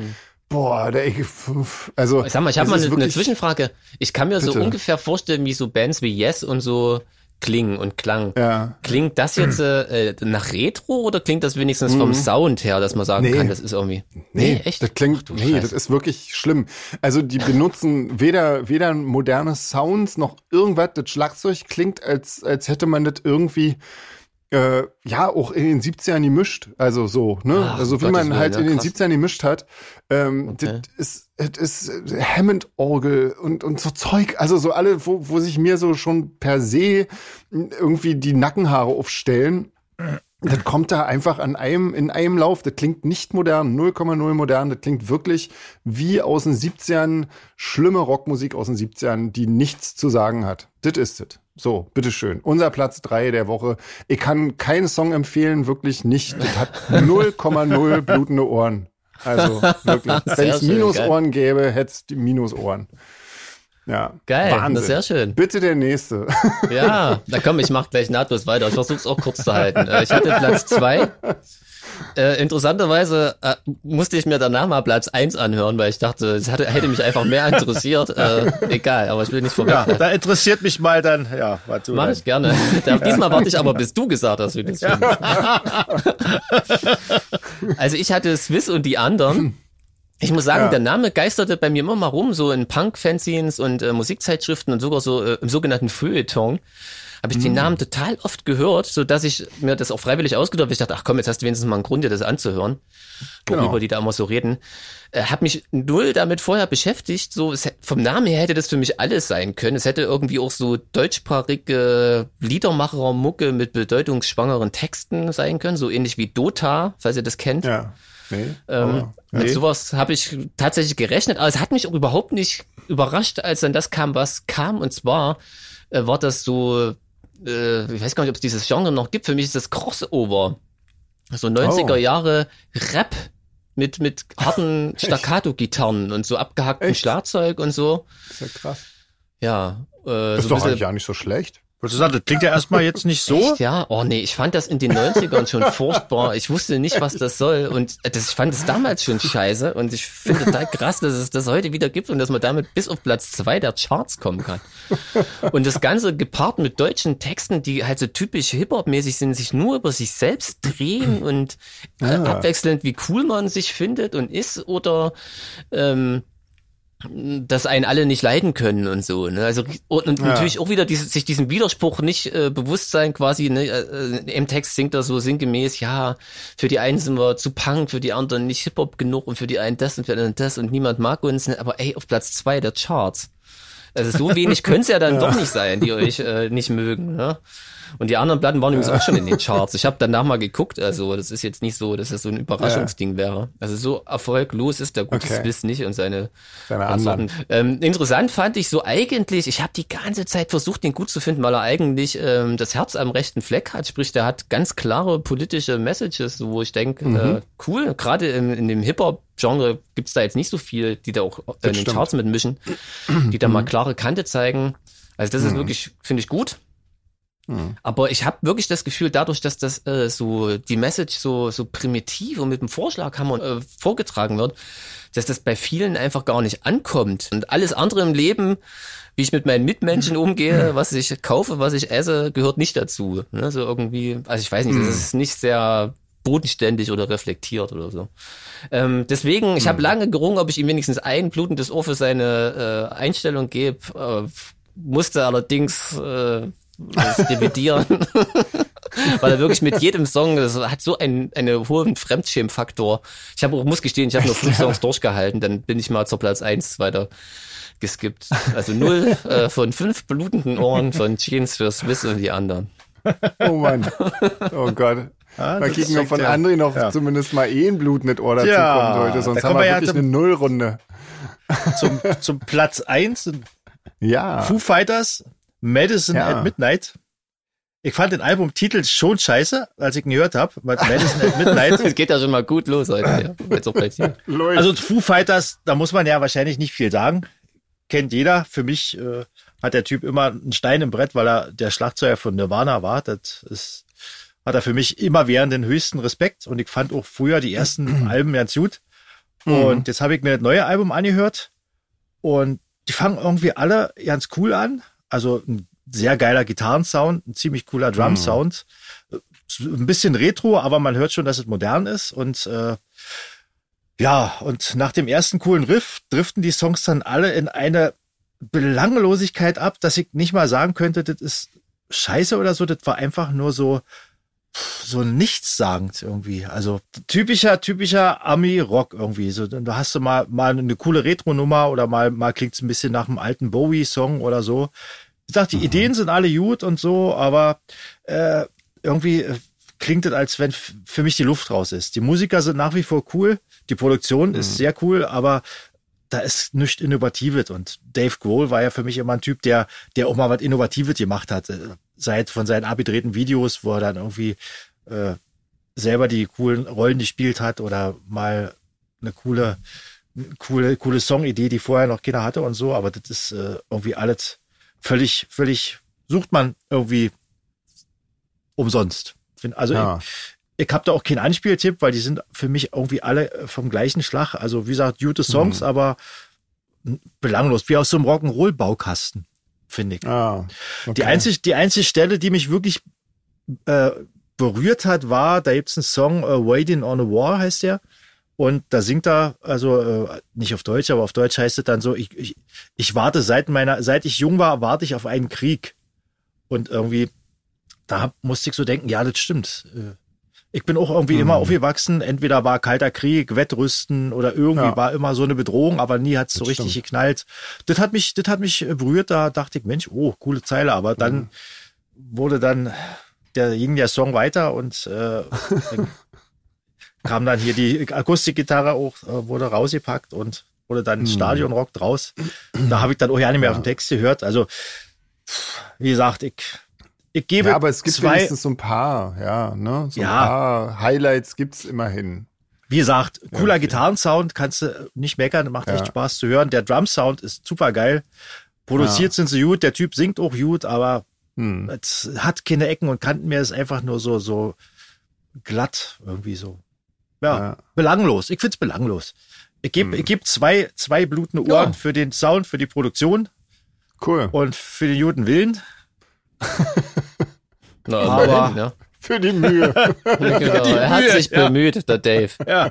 also ich sag mal, ich habe mal eine Zwischenfrage. Ich kann mir so ungefähr vorstellen, wie so Bands wie Yes und so klingen und klang. Ja. Klingt das jetzt nach Retro oder klingt das wenigstens vom Sound her, dass man sagen kann, das ist irgendwie... Nee, echt? Das klingt, das ist wirklich schlimm. Also die benutzen weder moderne Sounds noch irgendwas. Das Schlagzeug klingt, als hätte man das irgendwie auch in den 70ern gemischt. Also so, ne? Also wie man halt in den 70ern gemischt hat. Das ist Hammond-Orgel und so Zeug. Also so alle, wo sich mir so schon per se irgendwie die Nackenhaare aufstellen. Das kommt da einfach in einem Lauf. Das klingt nicht modern, 0,0 modern. Das klingt wirklich wie aus den 70ern, schlimme Rockmusik aus den 70ern, die nichts zu sagen hat. Das ist es. So, bitteschön. Unser Platz 3 der Woche. Ich kann keinen Song empfehlen, wirklich nicht. Das hat 0,0 blutende Ohren. Also wirklich. Wenn es Minusohren gäbe, hätte es die Minusohren. Ja, geil, Wahnsinn. Das ist sehr schön. Bitte der nächste. Ja, na komm, ich mach gleich nahtlos weiter. Ich versuch's auch kurz zu halten. Ich hatte Platz 2. Interessanterweise musste ich mir danach mal Platz 1 anhören, weil ich dachte, es hätte mich einfach mehr interessiert. Egal, aber ich will nicht vorwegnehmen. Ja, da interessiert mich mal dann, was du mach ich gerne. Diesmal warte ich aber, bis du gesagt hast, wie du das findest. Also ich hatte Swiss und die anderen. Ich muss sagen, der Name geisterte bei mir immer mal rum, so in Punk-Fanzines und Musikzeitschriften und sogar so im sogenannten Feuilleton. Habe ich den Namen total oft gehört, so dass ich mir das auch freiwillig ausgedacht habe. Ich dachte, ach komm, jetzt hast du wenigstens mal einen Grund, dir das anzuhören, worüber die da immer so reden. Habe mich null damit vorher beschäftigt. So vom Namen her hätte das für mich alles sein können. Es hätte irgendwie auch so deutschsprachige Liedermacher-Mucke mit bedeutungsschwangeren Texten sein können, so ähnlich wie Dota, falls ihr das kennt. Ja. Nee, mit sowas habe ich tatsächlich gerechnet, aber es hat mich auch überhaupt nicht überrascht, als dann das kam, was kam. Und zwar war das so, ich weiß gar nicht, ob es dieses Genre noch gibt. Für mich ist das Crossover. So 90er Jahre Rap mit harten Staccato-Gitarren und so abgehacktem Schlagzeug und so. Das ist ja krass. Ja. Das ist doch eigentlich auch nicht so schlecht. Würdest du sagen, das klingt ja erstmal jetzt nicht so. Echt, ja? Oh nee, ich fand das in den 90ern schon furchtbar. Ich wusste nicht, was das soll. Und ich fand es damals schon scheiße. Und ich finde total krass, dass es das heute wieder gibt und dass man damit bis auf Platz 2 der Charts kommen kann. Und das Ganze gepaart mit deutschen Texten, die halt so typisch Hip-Hop-mäßig sind, sich nur über sich selbst drehen und abwechselnd, wie cool man sich findet und ist oder dass einen alle nicht leiden können und so, ne? Also und natürlich auch wieder sich diesen Widerspruch nicht bewusst sein quasi, ne? Im Text singt er so sinngemäß, ja, für die einen sind wir zu Punk, für die anderen nicht Hip-Hop genug und für die einen das und für die anderen das und niemand mag uns, ne? Aber ey, auf Platz 2 der Charts. Also so wenig können es ja dann doch nicht sein, die euch nicht mögen, ne? Und die anderen Platten waren übrigens auch schon in den Charts. Ich habe danach mal geguckt, also das ist jetzt nicht so, dass das so ein Überraschungsding wäre. Also so erfolglos ist der gute Swiss nicht und seine anderen. Interessant fand ich so eigentlich, ich habe die ganze Zeit versucht, den gut zu finden, weil er eigentlich das Herz am rechten Fleck hat. Sprich, der hat ganz klare politische Messages, wo ich denke, cool, gerade in dem Hip-Hop-Genre gibt's da jetzt nicht so viel, die da auch in den Charts mitmischen, die da mal klare Kante zeigen. Also das ist wirklich, finde ich, gut. Aber ich habe wirklich das Gefühl, dadurch, dass das so die Message so primitiv und mit dem Vorschlaghammer vorgetragen wird, dass das bei vielen einfach gar nicht ankommt. Und alles andere im Leben, wie ich mit meinen Mitmenschen umgehe, was ich kaufe, was ich esse, gehört nicht dazu. Ne? So irgendwie, also ich weiß nicht, das ist nicht sehr bodenständig oder reflektiert oder so. Deswegen, ich habe lange gerungen, ob ich ihm wenigstens ein blutendes Ohr für seine Einstellung gebe, musste allerdings das dividieren, weil er wirklich mit jedem Song, das hat so einen hohen Fremdschämfaktor. Muss gestehen, ich habe nur 5 Songs durchgehalten, dann bin ich mal zur Platz 1 weiter geskippt. Also 0 von 5 blutenden Ohren von Jeans für Swiss und die anderen. Oh Mann, oh Gott. Mal kicken, ob von André noch zumindest mal ein blutendes Ohr dazu kommen sollte, sonst haben wir wirklich eine Nullrunde. Zum Platz 1 ja. Foo Fighters, Medicine at Midnight. Ich fand den Albumtitel schon scheiße, als ich ihn gehört habe. Medicine at Midnight. Es geht ja schon mal gut los heute. Ja. Also Foo Fighters, da muss man ja wahrscheinlich nicht viel sagen. Kennt jeder. Für mich hat der Typ immer einen Stein im Brett, weil er der Schlagzeuger von Nirvana war. Hat er für mich immer während den höchsten Respekt. Und ich fand auch früher die ersten Alben ganz gut. Und jetzt habe ich mir das neue Album angehört. Und die fangen irgendwie alle ganz cool an. Also ein sehr geiler Gitarrensound, ein ziemlich cooler Drum-Sound. Ein bisschen retro, aber man hört schon, dass es modern ist. Und und nach dem ersten coolen Riff driften die Songs dann alle in eine Belanglosigkeit ab, dass ich nicht mal sagen könnte, das ist scheiße oder so. Das war einfach nur so nichtssagend irgendwie. Also typischer Ami-Rock irgendwie. So, da hast du mal eine coole Retro-Nummer oder mal klingt's ein bisschen nach einem alten Bowie-Song oder so. Ich dachte, die Ideen sind alle gut und so, aber irgendwie klingt es, als wenn für mich die Luft raus ist. Die Musiker sind nach wie vor cool, die Produktion ist sehr cool, aber da ist nichts Innovatives. Und Dave Grohl war ja für mich immer ein Typ, der auch mal was Innovatives gemacht hat. Seit von seinen abgedrehten Videos, wo er dann irgendwie selber die coolen Rollen gespielt hat oder mal eine coole Songidee, die vorher noch keiner hatte und so. Aber das ist irgendwie alles völlig sucht man irgendwie umsonst. Also ich habe da auch keinen Anspieltipp, weil die sind für mich irgendwie alle vom gleichen Schlag. Also wie gesagt, gute Songs, aber belanglos, wie aus so einem Rock'n'Roll-Baukasten, finde ich. Okay. Die einzige Stelle, die mich wirklich berührt hat, war, da gibt's einen Song, Waiting on a War heißt der. Und da singt er, also nicht auf Deutsch, aber auf Deutsch heißt es dann so, ich warte seit ich jung war, warte ich auf einen Krieg. Und irgendwie, da musste ich so denken, ja, das stimmt. Ich bin auch irgendwie immer aufgewachsen, entweder war Kalter Krieg, Wettrüsten oder irgendwie war immer so eine Bedrohung, aber nie hat es so richtig geknallt. Das hat mich berührt, da dachte ich, Mensch, oh, coole Zeile, aber dann wurde ging der Song weiter und dann kam dann hier die Akustikgitarre auch, wurde rausgepackt und wurde dann Stadionrock draus. Da habe ich dann auch ja nicht mehr auf den Text gehört. Also, wie gesagt, ich gebe ja, aber es gibt wenigstens so ein paar, ein paar Highlights gibt's immerhin. Wie gesagt, cooler Gitarrensound, kannst du nicht meckern, macht echt Spaß zu hören. Der Drumsound ist super geil. Produziert sind sie gut, der Typ singt auch gut, aber es hat keine Ecken und Kanten mehr, ist einfach nur so glatt irgendwie so. Ja, belanglos. Ich find's belanglos. Ich geb zwei blutende Ohren für den Sound, für die Produktion. Cool. Und für den guten Willen. Na, aber ja. Für die Mühe. Genau, er hat sich bemüht, der Dave. Ja.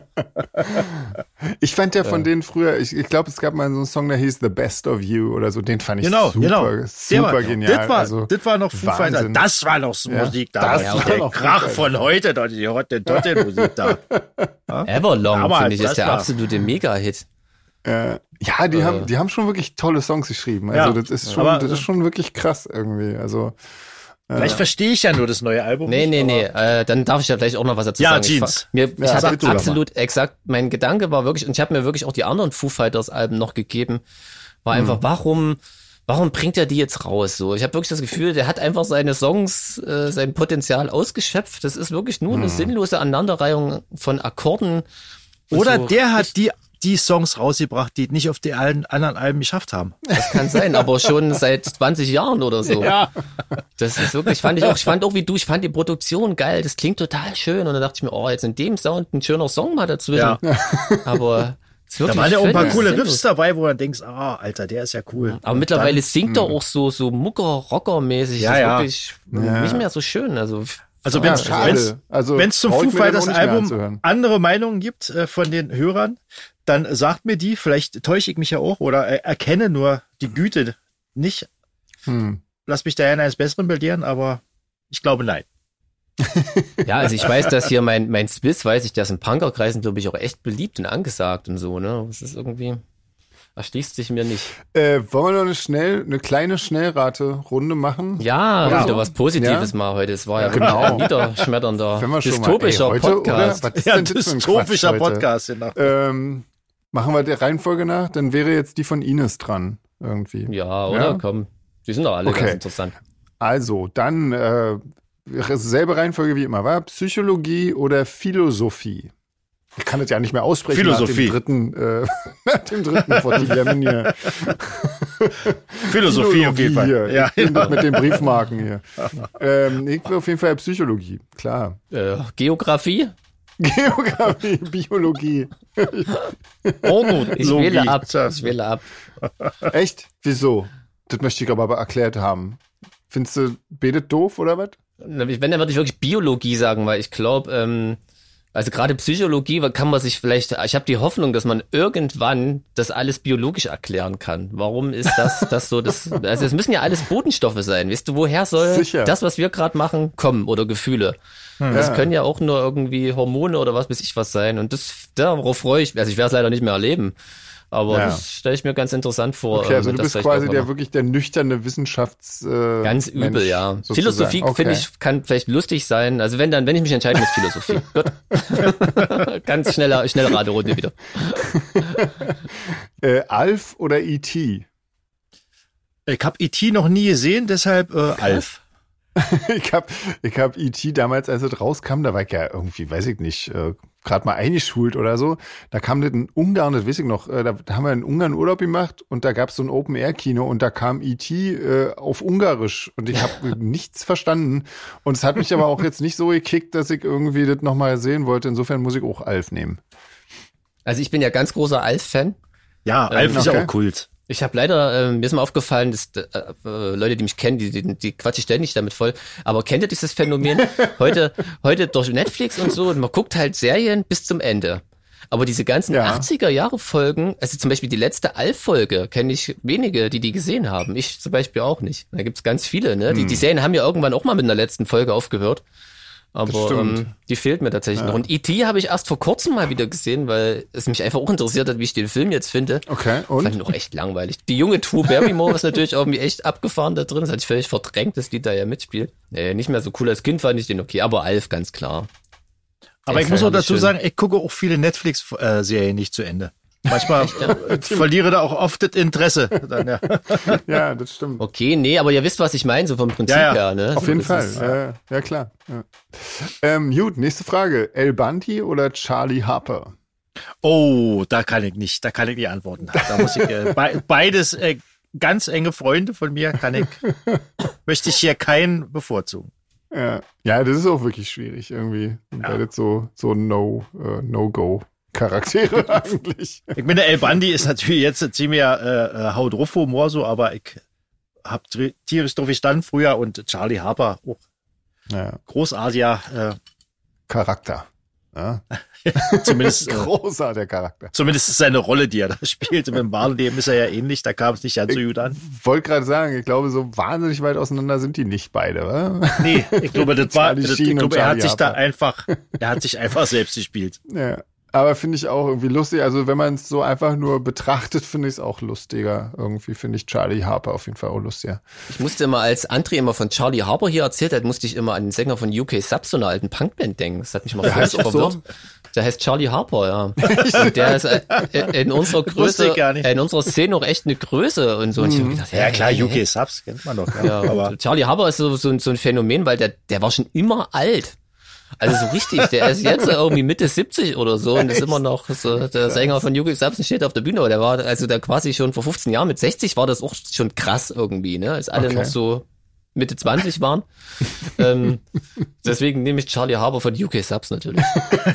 Ich fand ja von denen früher, ich glaube, es gab mal so einen Song, der hieß The Best of You oder so, den fand ich super genial. Das war noch Foo Fighters. Das war noch Musik da. Das war der Krach von heute, die Hottentotte-Musik da. Everlong, finde ich, ist der absolute Mega-Hit. Ja, die haben schon wirklich tolle Songs geschrieben. Also das ist schon wirklich krass irgendwie. Also vielleicht verstehe ich ja nur das neue Album. Nee. Dann darf ich ja vielleicht auch noch was dazu sagen. Jeans. Ich hatte absolut exakt, mein Gedanke war wirklich, und ich habe mir wirklich auch die anderen Foo Fighters Alben noch gegeben, war einfach, warum bringt er die jetzt raus? So, ich habe wirklich das Gefühl, der hat einfach seine Songs, sein Potenzial ausgeschöpft. Das ist wirklich nur eine sinnlose Aneinanderreihung von Akkorden. Oder so, der hat die Songs rausgebracht, die nicht auf die anderen Alben geschafft haben. Das kann sein, aber schon seit 20 Jahren oder so. Ja. Das ist wirklich, ich fand auch wie du, ich fand die Produktion geil, das klingt total schön und dann dachte ich mir, jetzt in dem Sound ein schöner Song mal dazwischen. Ja. Aber es ist wirklich, da waren ja auch ein paar coole Riffs dabei, wo du denkst, Alter, der ist ja cool. Aber mittlerweile singt er auch so Mucker-Rocker-mäßig. Ja, das ist wirklich nicht mehr so schön. Also wenn es zum Foo Fighters Album andere Meinungen gibt von den Hörern, dann sagt mir die, vielleicht täusche ich mich ja auch oder erkenne nur die Güte nicht. Lass mich da gerne eines Besseren belehren, aber ich glaube nein. Ja, also ich weiß, dass hier mein Smith, weiß ich, der ist in Punkerkreisen, glaube ich, auch echt beliebt und angesagt und so, ne? Das ist irgendwie, erschließt sich mir nicht. Wollen wir noch eine kleine Schnellrate-Runde machen? Ja, wieder was Positives mal heute. Es war ja genau ein niederschmetternder, dystopischer Podcast. Was ist denn dystopischer Podcast, genau. Machen wir der Reihenfolge nach, dann wäre jetzt die von Ines dran, irgendwie. Ja, oder? Ja? Komm, die sind doch alle ganz interessant. Also, dann selbe Reihenfolge wie immer, war Psychologie oder Philosophie? Ich kann das ja nicht mehr aussprechen. Philosophie. Nach dem dritten Fortigermen hier. Philosophie auf jeden Fall. Hier. Ja, mit den Briefmarken hier. Ich will auf jeden Fall Psychologie, klar. Geografie? Geografie, Biologie. Ich wähle ab. Echt? Wieso? Das möchte ich aber erklärt haben. Findest du, betet doof oder was? Wenn, dann würde ich wirklich Biologie sagen, weil ich glaube, also gerade Psychologie kann man sich vielleicht, ich habe die Hoffnung, dass man irgendwann das alles biologisch erklären kann. Warum ist das so? Also es müssen ja alles Botenstoffe sein. Weißt du, woher soll das, was wir gerade machen, kommen oder Gefühle? Das können ja auch nur irgendwie Hormone oder was weiß ich was sein. Und darauf freue ich mich. Also ich werde es leider nicht mehr erleben. Aber das stelle ich mir ganz interessant vor. Okay, also du bist quasi wirklich der nüchterne Ganz übel, Mensch, ja. Sozusagen. Philosophie, finde ich, kann vielleicht lustig sein. Also wenn ich mich entscheiden muss, Philosophie. Gut. Ganz schnelle Raderunde wieder. Alf oder E.T.? Ich habe E.T. noch nie gesehen, deshalb Alf. Ich hab E.T. damals, als es rauskam, da war ich ja irgendwie, weiß ich nicht, gerade mal eingeschult oder so. Da kam das in Ungarn, das weiß ich noch, da haben wir in Ungarn Urlaub gemacht und da gab es so ein Open-Air-Kino und da kam E.T. Auf Ungarisch und ich habe nichts verstanden. Und es hat mich aber auch jetzt nicht so gekickt, dass ich irgendwie das nochmal sehen wollte. Insofern muss ich auch Alf nehmen. Also ich bin ja ganz großer Alf-Fan. Ja, Alf ist ja auch Kult. Ich habe leider, mir ist mal aufgefallen, dass Leute, die mich kennen, die quatschen ständig damit voll. Aber kennt ihr dieses Phänomen? Heute durch Netflix und so, und man guckt halt Serien bis zum Ende. Aber diese ganzen 80er-Jahre-Folgen, also zum Beispiel die letzte Alf-Folge, kenne ich wenige, die gesehen haben. Ich zum Beispiel auch nicht. Da gibt's ganz viele, ne? Die Serien haben ja irgendwann auch mal mit einer letzten Folge aufgehört. Aber die fehlt mir tatsächlich noch. Und E.T. habe ich erst vor kurzem mal wieder gesehen, weil es mich einfach auch interessiert hat, wie ich den Film jetzt finde. Okay, und? Fand ihn auch echt langweilig. Die junge Drew Barrymore ist natürlich irgendwie echt abgefahren da drin. Das hatte ich völlig verdrängt, dass die da ja mitspielt. Nicht mehr so cool als Kind fand ich den okay, aber Alf ganz klar. Aber ich muss auch dazu sagen, ich gucke auch viele Netflix-Serien nicht zu Ende. Manchmal verliere da auch oft das Interesse. Dann, ja, das stimmt. Okay, nee, aber ihr wisst, was ich meine, so vom Prinzip her. Ne? Auf jeden Fall, ja klar. Ja. Gut, nächste Frage. El Bundy oder Charlie Harper? Oh, da kann ich nicht antworten. Da muss ich, beides ganz enge Freunde von mir, möchte ich hier keinen bevorzugen. Ja, das ist auch wirklich schwierig irgendwie. Beide so No-Go. Charaktere eigentlich. Ich meine, El Bundy ist natürlich jetzt ziemlich Haut drauf Humor so, aber ich hab tierisch drauf gestanden früher und Charlie Harper auch großartiger Charakter. Ja. Zumindest großartiger Charakter. Zumindest seine Rolle, die er da spielt. Im wahren Leben ist er ja ähnlich, da kam es nicht ganz so gut an. Ich wollte gerade sagen, ich glaube, so wahnsinnig weit auseinander sind die nicht beide, oder? Nee, ich glaube, er hat sich einfach selbst gespielt. Ja. Aber finde ich auch irgendwie lustig. Also wenn man es so einfach nur betrachtet, finde ich es auch lustiger. Irgendwie finde ich Charlie Harper auf jeden Fall auch lustiger. Ich musste immer, als André immer von Charlie Harper hier erzählt hat, musste ich immer an den Sänger von UK Subs, so einer alten Punkband denken. Das hat mich mal völlig verwirrt. Der heißt Charlie Harper, ja. Und der ist in unserer Größe, in unserer Szene auch echt eine Größe und so. Und ich hab gedacht, ja klar, UK Subs kennt man doch. Ja, aber Charlie Harper ist so ein Phänomen, weil der war schon immer alt. Also so richtig, der ist jetzt irgendwie Mitte 70 oder so und ist immer noch so der Sänger von UK Subs steht auf der Bühne, aber der war also da quasi schon vor 15 Jahren mit 60 war das auch schon krass irgendwie, ne? Als alle noch so Mitte 20 waren. Deswegen nehme ich Charlie Harper von UK Subs natürlich.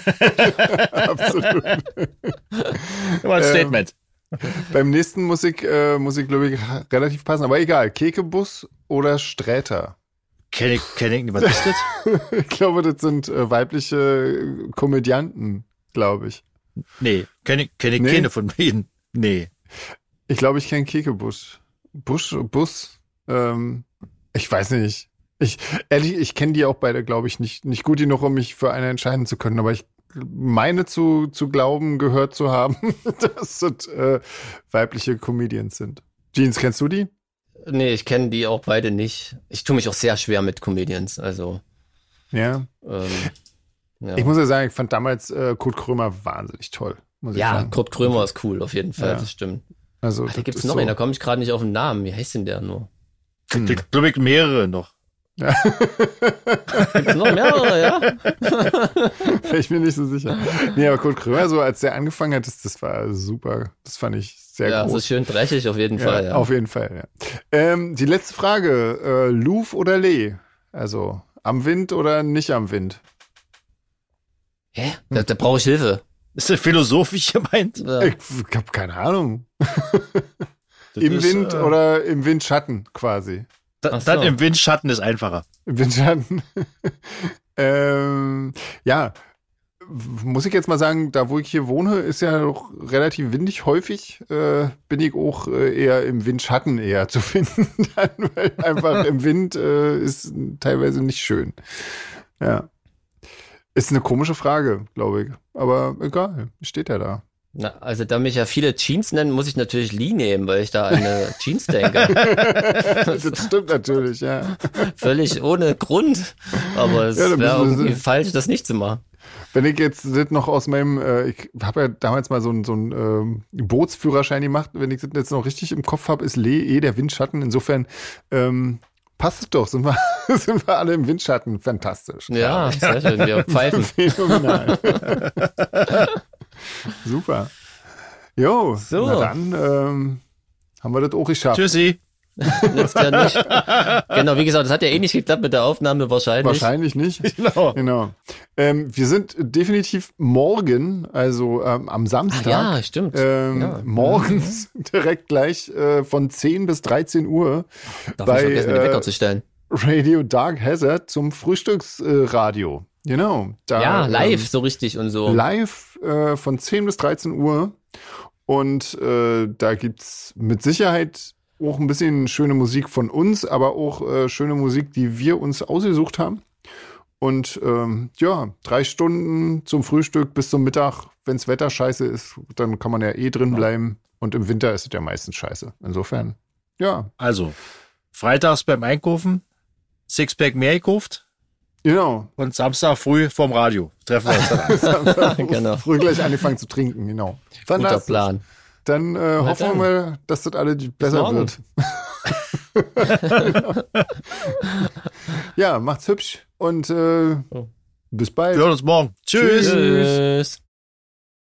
Absolut. Immer ein Statement. Beim nächsten muss ich glaube ich relativ passen, aber egal. Kekebus oder Sträter? Kenn ich nicht, was ist das? Ich glaube, das sind weibliche Komödianten, glaube ich. Nee, kenn ich keine von denen. Nee. Ich glaube, ich kenne Kekebus. Bus? Ich weiß nicht. Ich kenne die auch beide, glaube ich, nicht gut genug, um mich für eine entscheiden zu können, aber ich meine zu glauben, gehört zu haben, dass das weibliche Comedians sind. Jeans, kennst du die? Nee, ich kenne die auch beide nicht. Ich tue mich auch sehr schwer mit Comedians, also. Ja. Ich muss ja sagen, ich fand damals Kurt Krömer wahnsinnig toll. Muss ich sagen. Kurt Krömer ist cool, auf jeden Fall, das stimmt. Also, da gibt's noch einen, da komme ich gerade nicht auf den Namen. Wie heißt denn der nur? Ich glaube, mehrere noch. Ja. Gibt's noch mehrere, ja? Ich bin nicht so sicher. Nee, aber Kurt Krömer, so als der angefangen hat, das war super. Das fand ich sehr groß. Ja, so schön dreckig auf jeden Fall. Ja. Auf jeden Fall, ja. Die letzte Frage, Louvre oder Lee? Also am Wind oder nicht am Wind? Hä? Da brauche ich Hilfe. Ist das philosophisch gemeint? Ja. Ich habe keine Ahnung. Im Wind oder im Windschatten quasi. Dann im Windschatten ist einfacher. Im Windschatten. Ja, muss ich jetzt mal sagen, da wo ich hier wohne, ist ja doch relativ windig häufig. Bin ich auch eher im Windschatten eher zu finden, dann, weil einfach im Wind ist teilweise nicht schön. Ja. Ist eine komische Frage, glaube ich. Aber egal, steht ja da. Na, also da mich ja viele Jeans nennen, muss ich natürlich Lee nehmen, weil ich da an eine Jeans denke. Das stimmt natürlich, ja. Völlig ohne Grund. Aber es wäre irgendwie falsch, das nicht zu machen. Wenn ich jetzt noch aus meinem, ich habe ja damals mal so einen Bootsführerschein gemacht, wenn ich das jetzt noch richtig im Kopf habe, ist Lee der Windschatten. Insofern passt es doch, sind wir alle im Windschatten. Fantastisch. Ja, sehr schön, wir pfeifen. Phänomenal. Super. Jo, so. Na dann haben wir das auch geschafft. Tschüssi. Nützt ja nicht. Genau, wie gesagt, das hat ja eh nicht geklappt mit der Aufnahme wahrscheinlich. Wahrscheinlich nicht. Genau. Wir sind definitiv morgen, also am Samstag. Ja, stimmt. Morgens direkt gleich von 10 bis 13 Uhr. Darf ich vergessen, den Wecker zu stellen. Radio Dark Hazard zum Frühstücksradio. Genau. Da, live so richtig und so. Live von 10 bis 13 Uhr. Und da gibt's mit Sicherheit auch ein bisschen schöne Musik von uns, aber auch schöne Musik, die wir uns ausgesucht haben. Und 3 Stunden zum Frühstück bis zum Mittag. Wenn's Wetter scheiße ist, dann kann man ja drin bleiben. Und im Winter ist es ja meistens scheiße. Insofern, ja. Also, freitags beim Einkaufen, Sixpack mehr gekauft. Genau. Und Samstag früh vorm Radio treffen wir uns dann an. Genau. Früh gleich angefangen zu trinken, genau. Guter Plan. Dann hoffen wir mal, dass das alle besser wird. Ja, macht's hübsch und bis bald. Wir hören uns morgen. Tschüss. Tschüss.